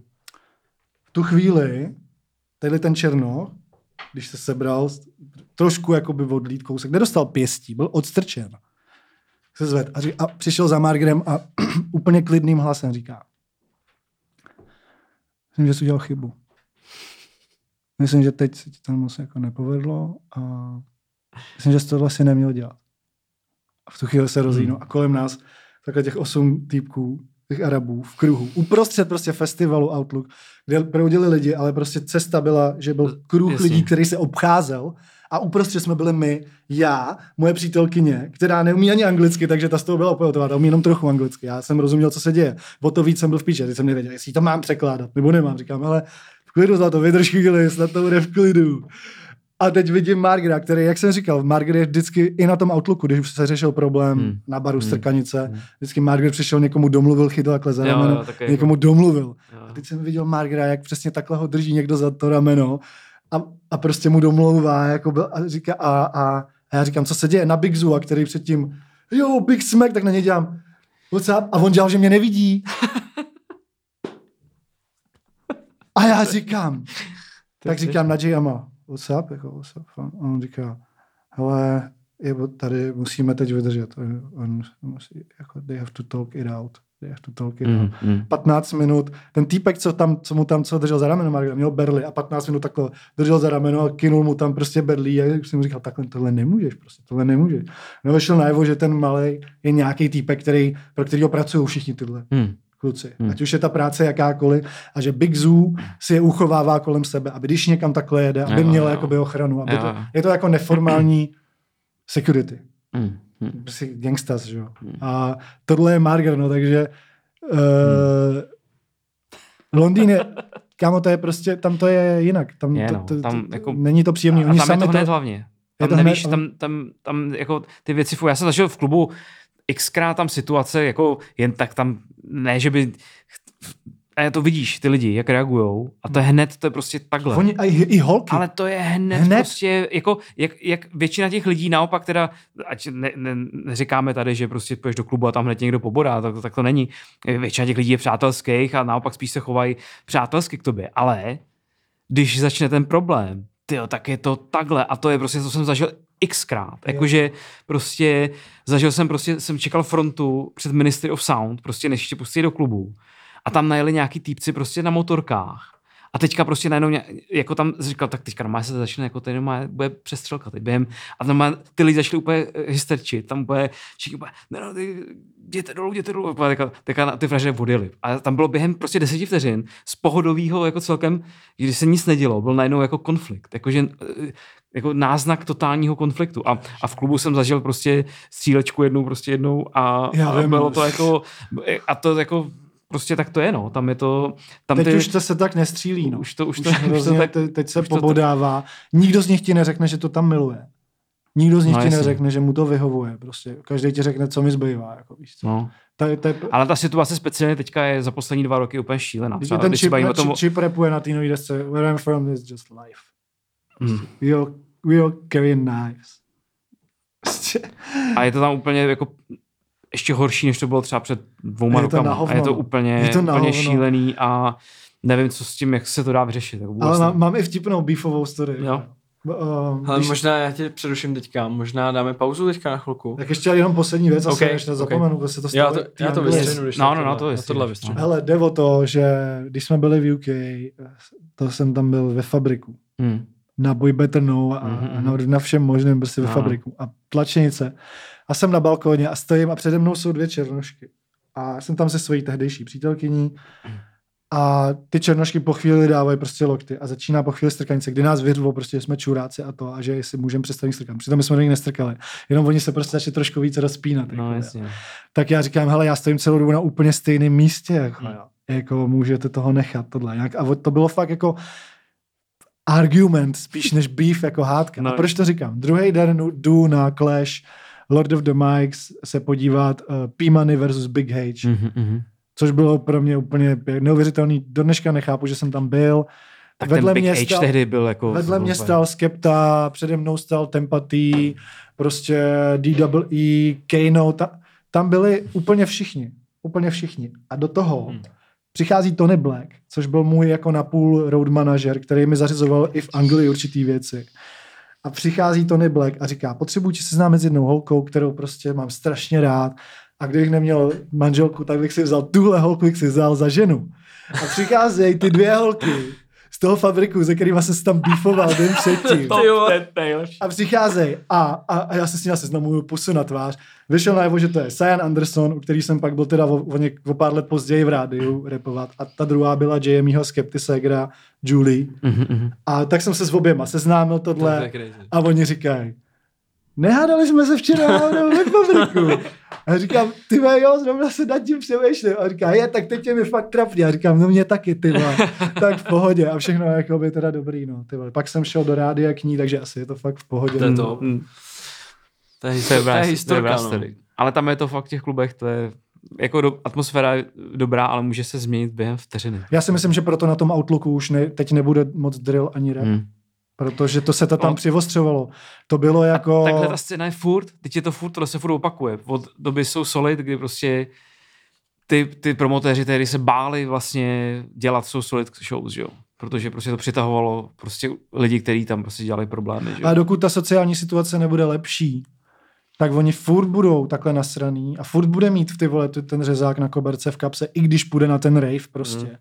V tu chvíli tady ten černoch, když se sebral, trošku jakoby odlít kousek, nedostal pěstí, byl odstrčen. Se zved a přišel za Margerem a úplně klidným hlasem říká: myslím, že jsi udělal chybu. Myslím, že teď se ti tam moc jako nepovedlo a myslím, že jsi tohle si neměl dělat. A v tu chvíli se rozjíno a kolem nás takhle těch 8 týpků, těch Arabů v kruhu, uprostřed prostě festivalu Outlook, kde proudili lidi, ale prostě cesta byla, že byl kruh lidí, který se obcházel a uprostřed jsme byli my, já, moje přítelkyně, která neumí ani anglicky, takže ta z toho byla opojotová, ta umí jenom trochu anglicky. Já jsem rozuměl, co se děje. O to víc jsem byl v píči, teď jsem nevěděl, jestli to mám překládat, nebo nemám. Říkám, ale v klidu, zlato, vydrž chvíli, snad to bude v klidu. A teď vidím Margera, který, jak jsem říkal, Marger je vždycky i na tom Outlooku, když už se řešil problém na baru Strkanice, vždycky Marger přišel, někomu domluvil, chytil takhle za rameno, někomu domluvil. A teď jsem viděl Margera, jak přesně takhle ho drží někdo za to rameno a prostě mu domlouvá, jako byl, a říká a já říkám, co se děje na Big Zoo, a který předtím, jo, Big Smack, tak na něj dělám, what's up? A on dělal, že mě nevidí. A já říkám, tak říkám na J-Ama, what's up? Jako, what's up? A on říká, hele, tady musíme teď vydržet. On musí, jako, they have to talk it out. 15 minut. Ten týpek, co mu tam držel za rameno, Margaret, měl berli a 15 minut takhle držel za rameno a kinul mu tam prostě berlí a jsem mu říkal, takhle tohle nemůžeš. No vyšel najevo, že ten malej je nějaký týpek, pro kterýho pracují všichni tyhle kluci. Ať už je ta práce jakákoliv a že Big Zoo si je uchovává kolem sebe, aby když někam takhle jede, aby měl jakoby ochranu. Aby je to jako neformální security. Prostě gangstas, že jo. A tohle je Margaret, no, takže Londýn je, kámo, to je prostě, tam to je jinak. Tam jako, není to příjemný. A tam je to hned hlavně. Tam nevíš, tam jako ty věci, já jsem zažil v klubu xkrát tam situace, jako jen tak tam, ne, že by, a to vidíš, ty lidi, jak reagujou, a to je hned, to je prostě takhle. Oni, i holky. Ale to je hned prostě, jako, jak většina těch lidí naopak teda, ať neříkáme tady, že prostě půjdeš do klubu a tam hned někdo pobodá, tak to není. Většina těch lidí je přátelských a naopak spíš se chovají přátelsky k tobě, ale když začne ten problém, tyjo, tak je to takhle a to je prostě, to jsem zažil xkrát, jakože prostě zažil jsem čekal frontu před Ministry of Sound, prostě než ještě pustili do klubu a tam najeli nějaký týpci prostě na motorkách a teďka prostě najednou jako tam říkal, tak teďka normálně se začne, jako tady normálně bude přestřelka teď během a normálně ty lidi začali úplně hysterčit, tam bude všichni úplně, no, jděte dolů, teďka ty fraže odjeli a tam bylo během prostě 10 vteřin z pohodového jako celkem, když se nic nedělo, byl najednou jako konflikt, jakože jako náznak totálního konfliktu a v klubu jsem zažil prostě střílečku jednou a bylo to jako a to jako prostě tak to je, no. Tam je to... Teď už to se tak nestřílí, no. Už teď se pobodává. Nikdo z nich ti neřekne, že to tam miluje. Nikdo z nich ti neřekne, že mu to vyhovuje. Prostě každý ti řekne, co mi zbývá. Jako, víš co. No. Ale ta situace speciálně teďka je za poslední 2 roky úplně šílená. Ten chip rapuje na té nový desce. Where I'm from is just life. We all carry knives. A je to tam úplně jako ještě horší, než to bylo třeba před 2 rokama. A je to úplně šílený a nevím, co s tím, jak se to dá vyřešit. Jako ale mám i vtipnou beefovou story. Jo. Ale možná já tě přeruším teďka, možná dáme pauzu teďka na chvilku. Tak ještě jenom poslední věc, asi než nezapomenu, protože se to stalo. Já to vystřihnu, když tohle vystřihnu. Hele, jde o to, že když jsme byli v UK, to jsem tam byl ve fabriku. Na Boy Better Know a na všem možném prostě ve fabriku. A tlačenice. A jsem na balkóně a stojím a přede mnou jsou 2 černošky. A jsem tam se svojí tehdejší přítelkyní a ty černošky po chvíli dávají prostě lokty a začíná po chvíli strkanice, kdy nás vyřvou prostě, že jsme čuráci a to a že si můžeme přestat strkat. Přitom my jsme do nich nestrkali. Jenom oni se prostě začali trošku více rozpínat. No, jasně. Tak já říkám, hele, já stojím celou dobu na úplně stejném místě. Jako můžete toho nechat tohle. A to bylo fakt jako argument spíš než beef jako hádka. No. A proč to říkám? Druhý den jdu na Clash Lord of the Mikes se podívat P-Money versus Big H. Což bylo pro mě úplně neuvěřitelný. Do dneška nechápu, že jsem tam byl. Tak vedle ten Big H tehdy byl jako... Vedle mě stál Skepta, přede mnou stál Tempatý, prostě DWE, Kano. Tam byli úplně všichni. Úplně všichni. A do toho přichází Tony Black, což byl můj jako napůl road manažer, který mi zařizoval i v Anglii určitý věci. A přichází Tony Black a říká, potřebuji se seznámit s jednou holkou, kterou prostě mám strašně rád. A kdybych neměl manželku, tak bych si vzal tuhle holku, bych si vzal za ženu. A přicházejí ty 2 holky z toho fabriku, se kterýma jsem se tam beefoval den předtím. A přicházejí a já se s ním seznamuju, pusu na tvář. Vyšel najevo, že to je Cyan Anderson, u který jsem pak byl teda o pár let později v rádiu rapovat. A ta druhá byla JMEho Skepty Segra, Julie. A tak jsem se s oběma seznámil tohle a oni říkají, nehádali jsme se včera ve fabriku. A říkám, ty jo, zrovna se nad tím přemýšlím. A říká, tak teď je mi fakt trapně. A říkám, no mě taky, ty tak v pohodě. A všechno jako by teda dobrý, no, ty Pak jsem šel do rádia k ní, takže asi je to fakt v pohodě. To je historka, no. Ale tam je to fakt v těch klubech, to je jako atmosféra je dobrá, ale může se změnit během vteřiny. Já si myslím, že proto na tom Outlooku už teď nebude moc drill ani rap. Protože to se to tam přivostřovalo. To bylo jako... A takhle ta scéna je furt, teď je to furt, tohle se furt opakuje. Od doby jsou Solid, kdy prostě ty promotéři tehdy se báli vlastně dělat jsou Solid shows, že jo? Protože prostě to přitahovalo prostě lidi, kteří tam prostě dělali problémy, že jo? A dokud ta sociální situace nebude lepší, tak oni furt budou takhle nasraný a furt bude mít ty vole ten řezák na koberce v kapse, i když půjde na ten rave prostě.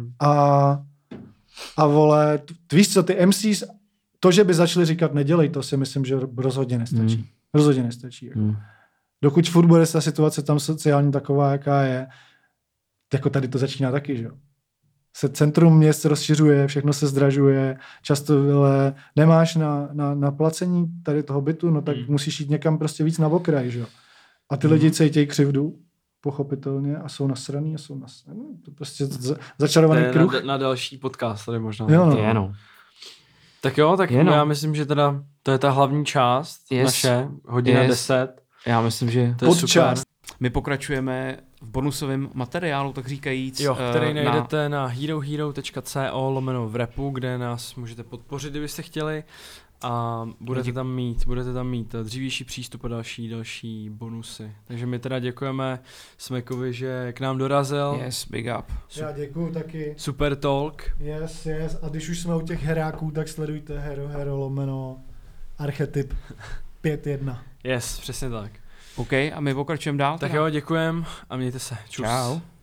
A vole, víš co, ty MCs, to, že by začali říkat nedělej, to si myslím, že rozhodně nestačí. Rozhodně nestačí. Jako. Dokud furt bude ta situace tam sociální taková, jaká je, jako tady to začíná taky, že jo. Se centrum měst rozšiřuje, všechno se zdražuje, často nemáš na placení tady toho bytu, no tak musíš jít někam prostě víc na okraj, že jo. A ty lidi cítějí křivdu, pochopitelně, a jsou nasraný. To prostě začarovaný kruh. Na další podcast tady možná. Jo, no. Tak jo, tak já myslím, že teda to je ta hlavní část naše, hodina 10. Já myslím, že to je super. My pokračujeme v bonusovém materiálu, tak říkajíc. Jo, který najdete na herohero.co/v-repu, kde nás můžete podpořit, kdybyste chtěli. A budete tam mít dřívější přístup a další bonusy. Takže my teda děkujeme Smekovi, že k nám dorazil. Yes, big up. Já děkuju taky. Super talk. Yes. A když už jsme u těch heráků, tak sledujte Hero/Archetyp 5.1. Yes, přesně tak. OK, a my pokračujeme dál. Tak jo, děkujem a mějte se. Čus. Čau.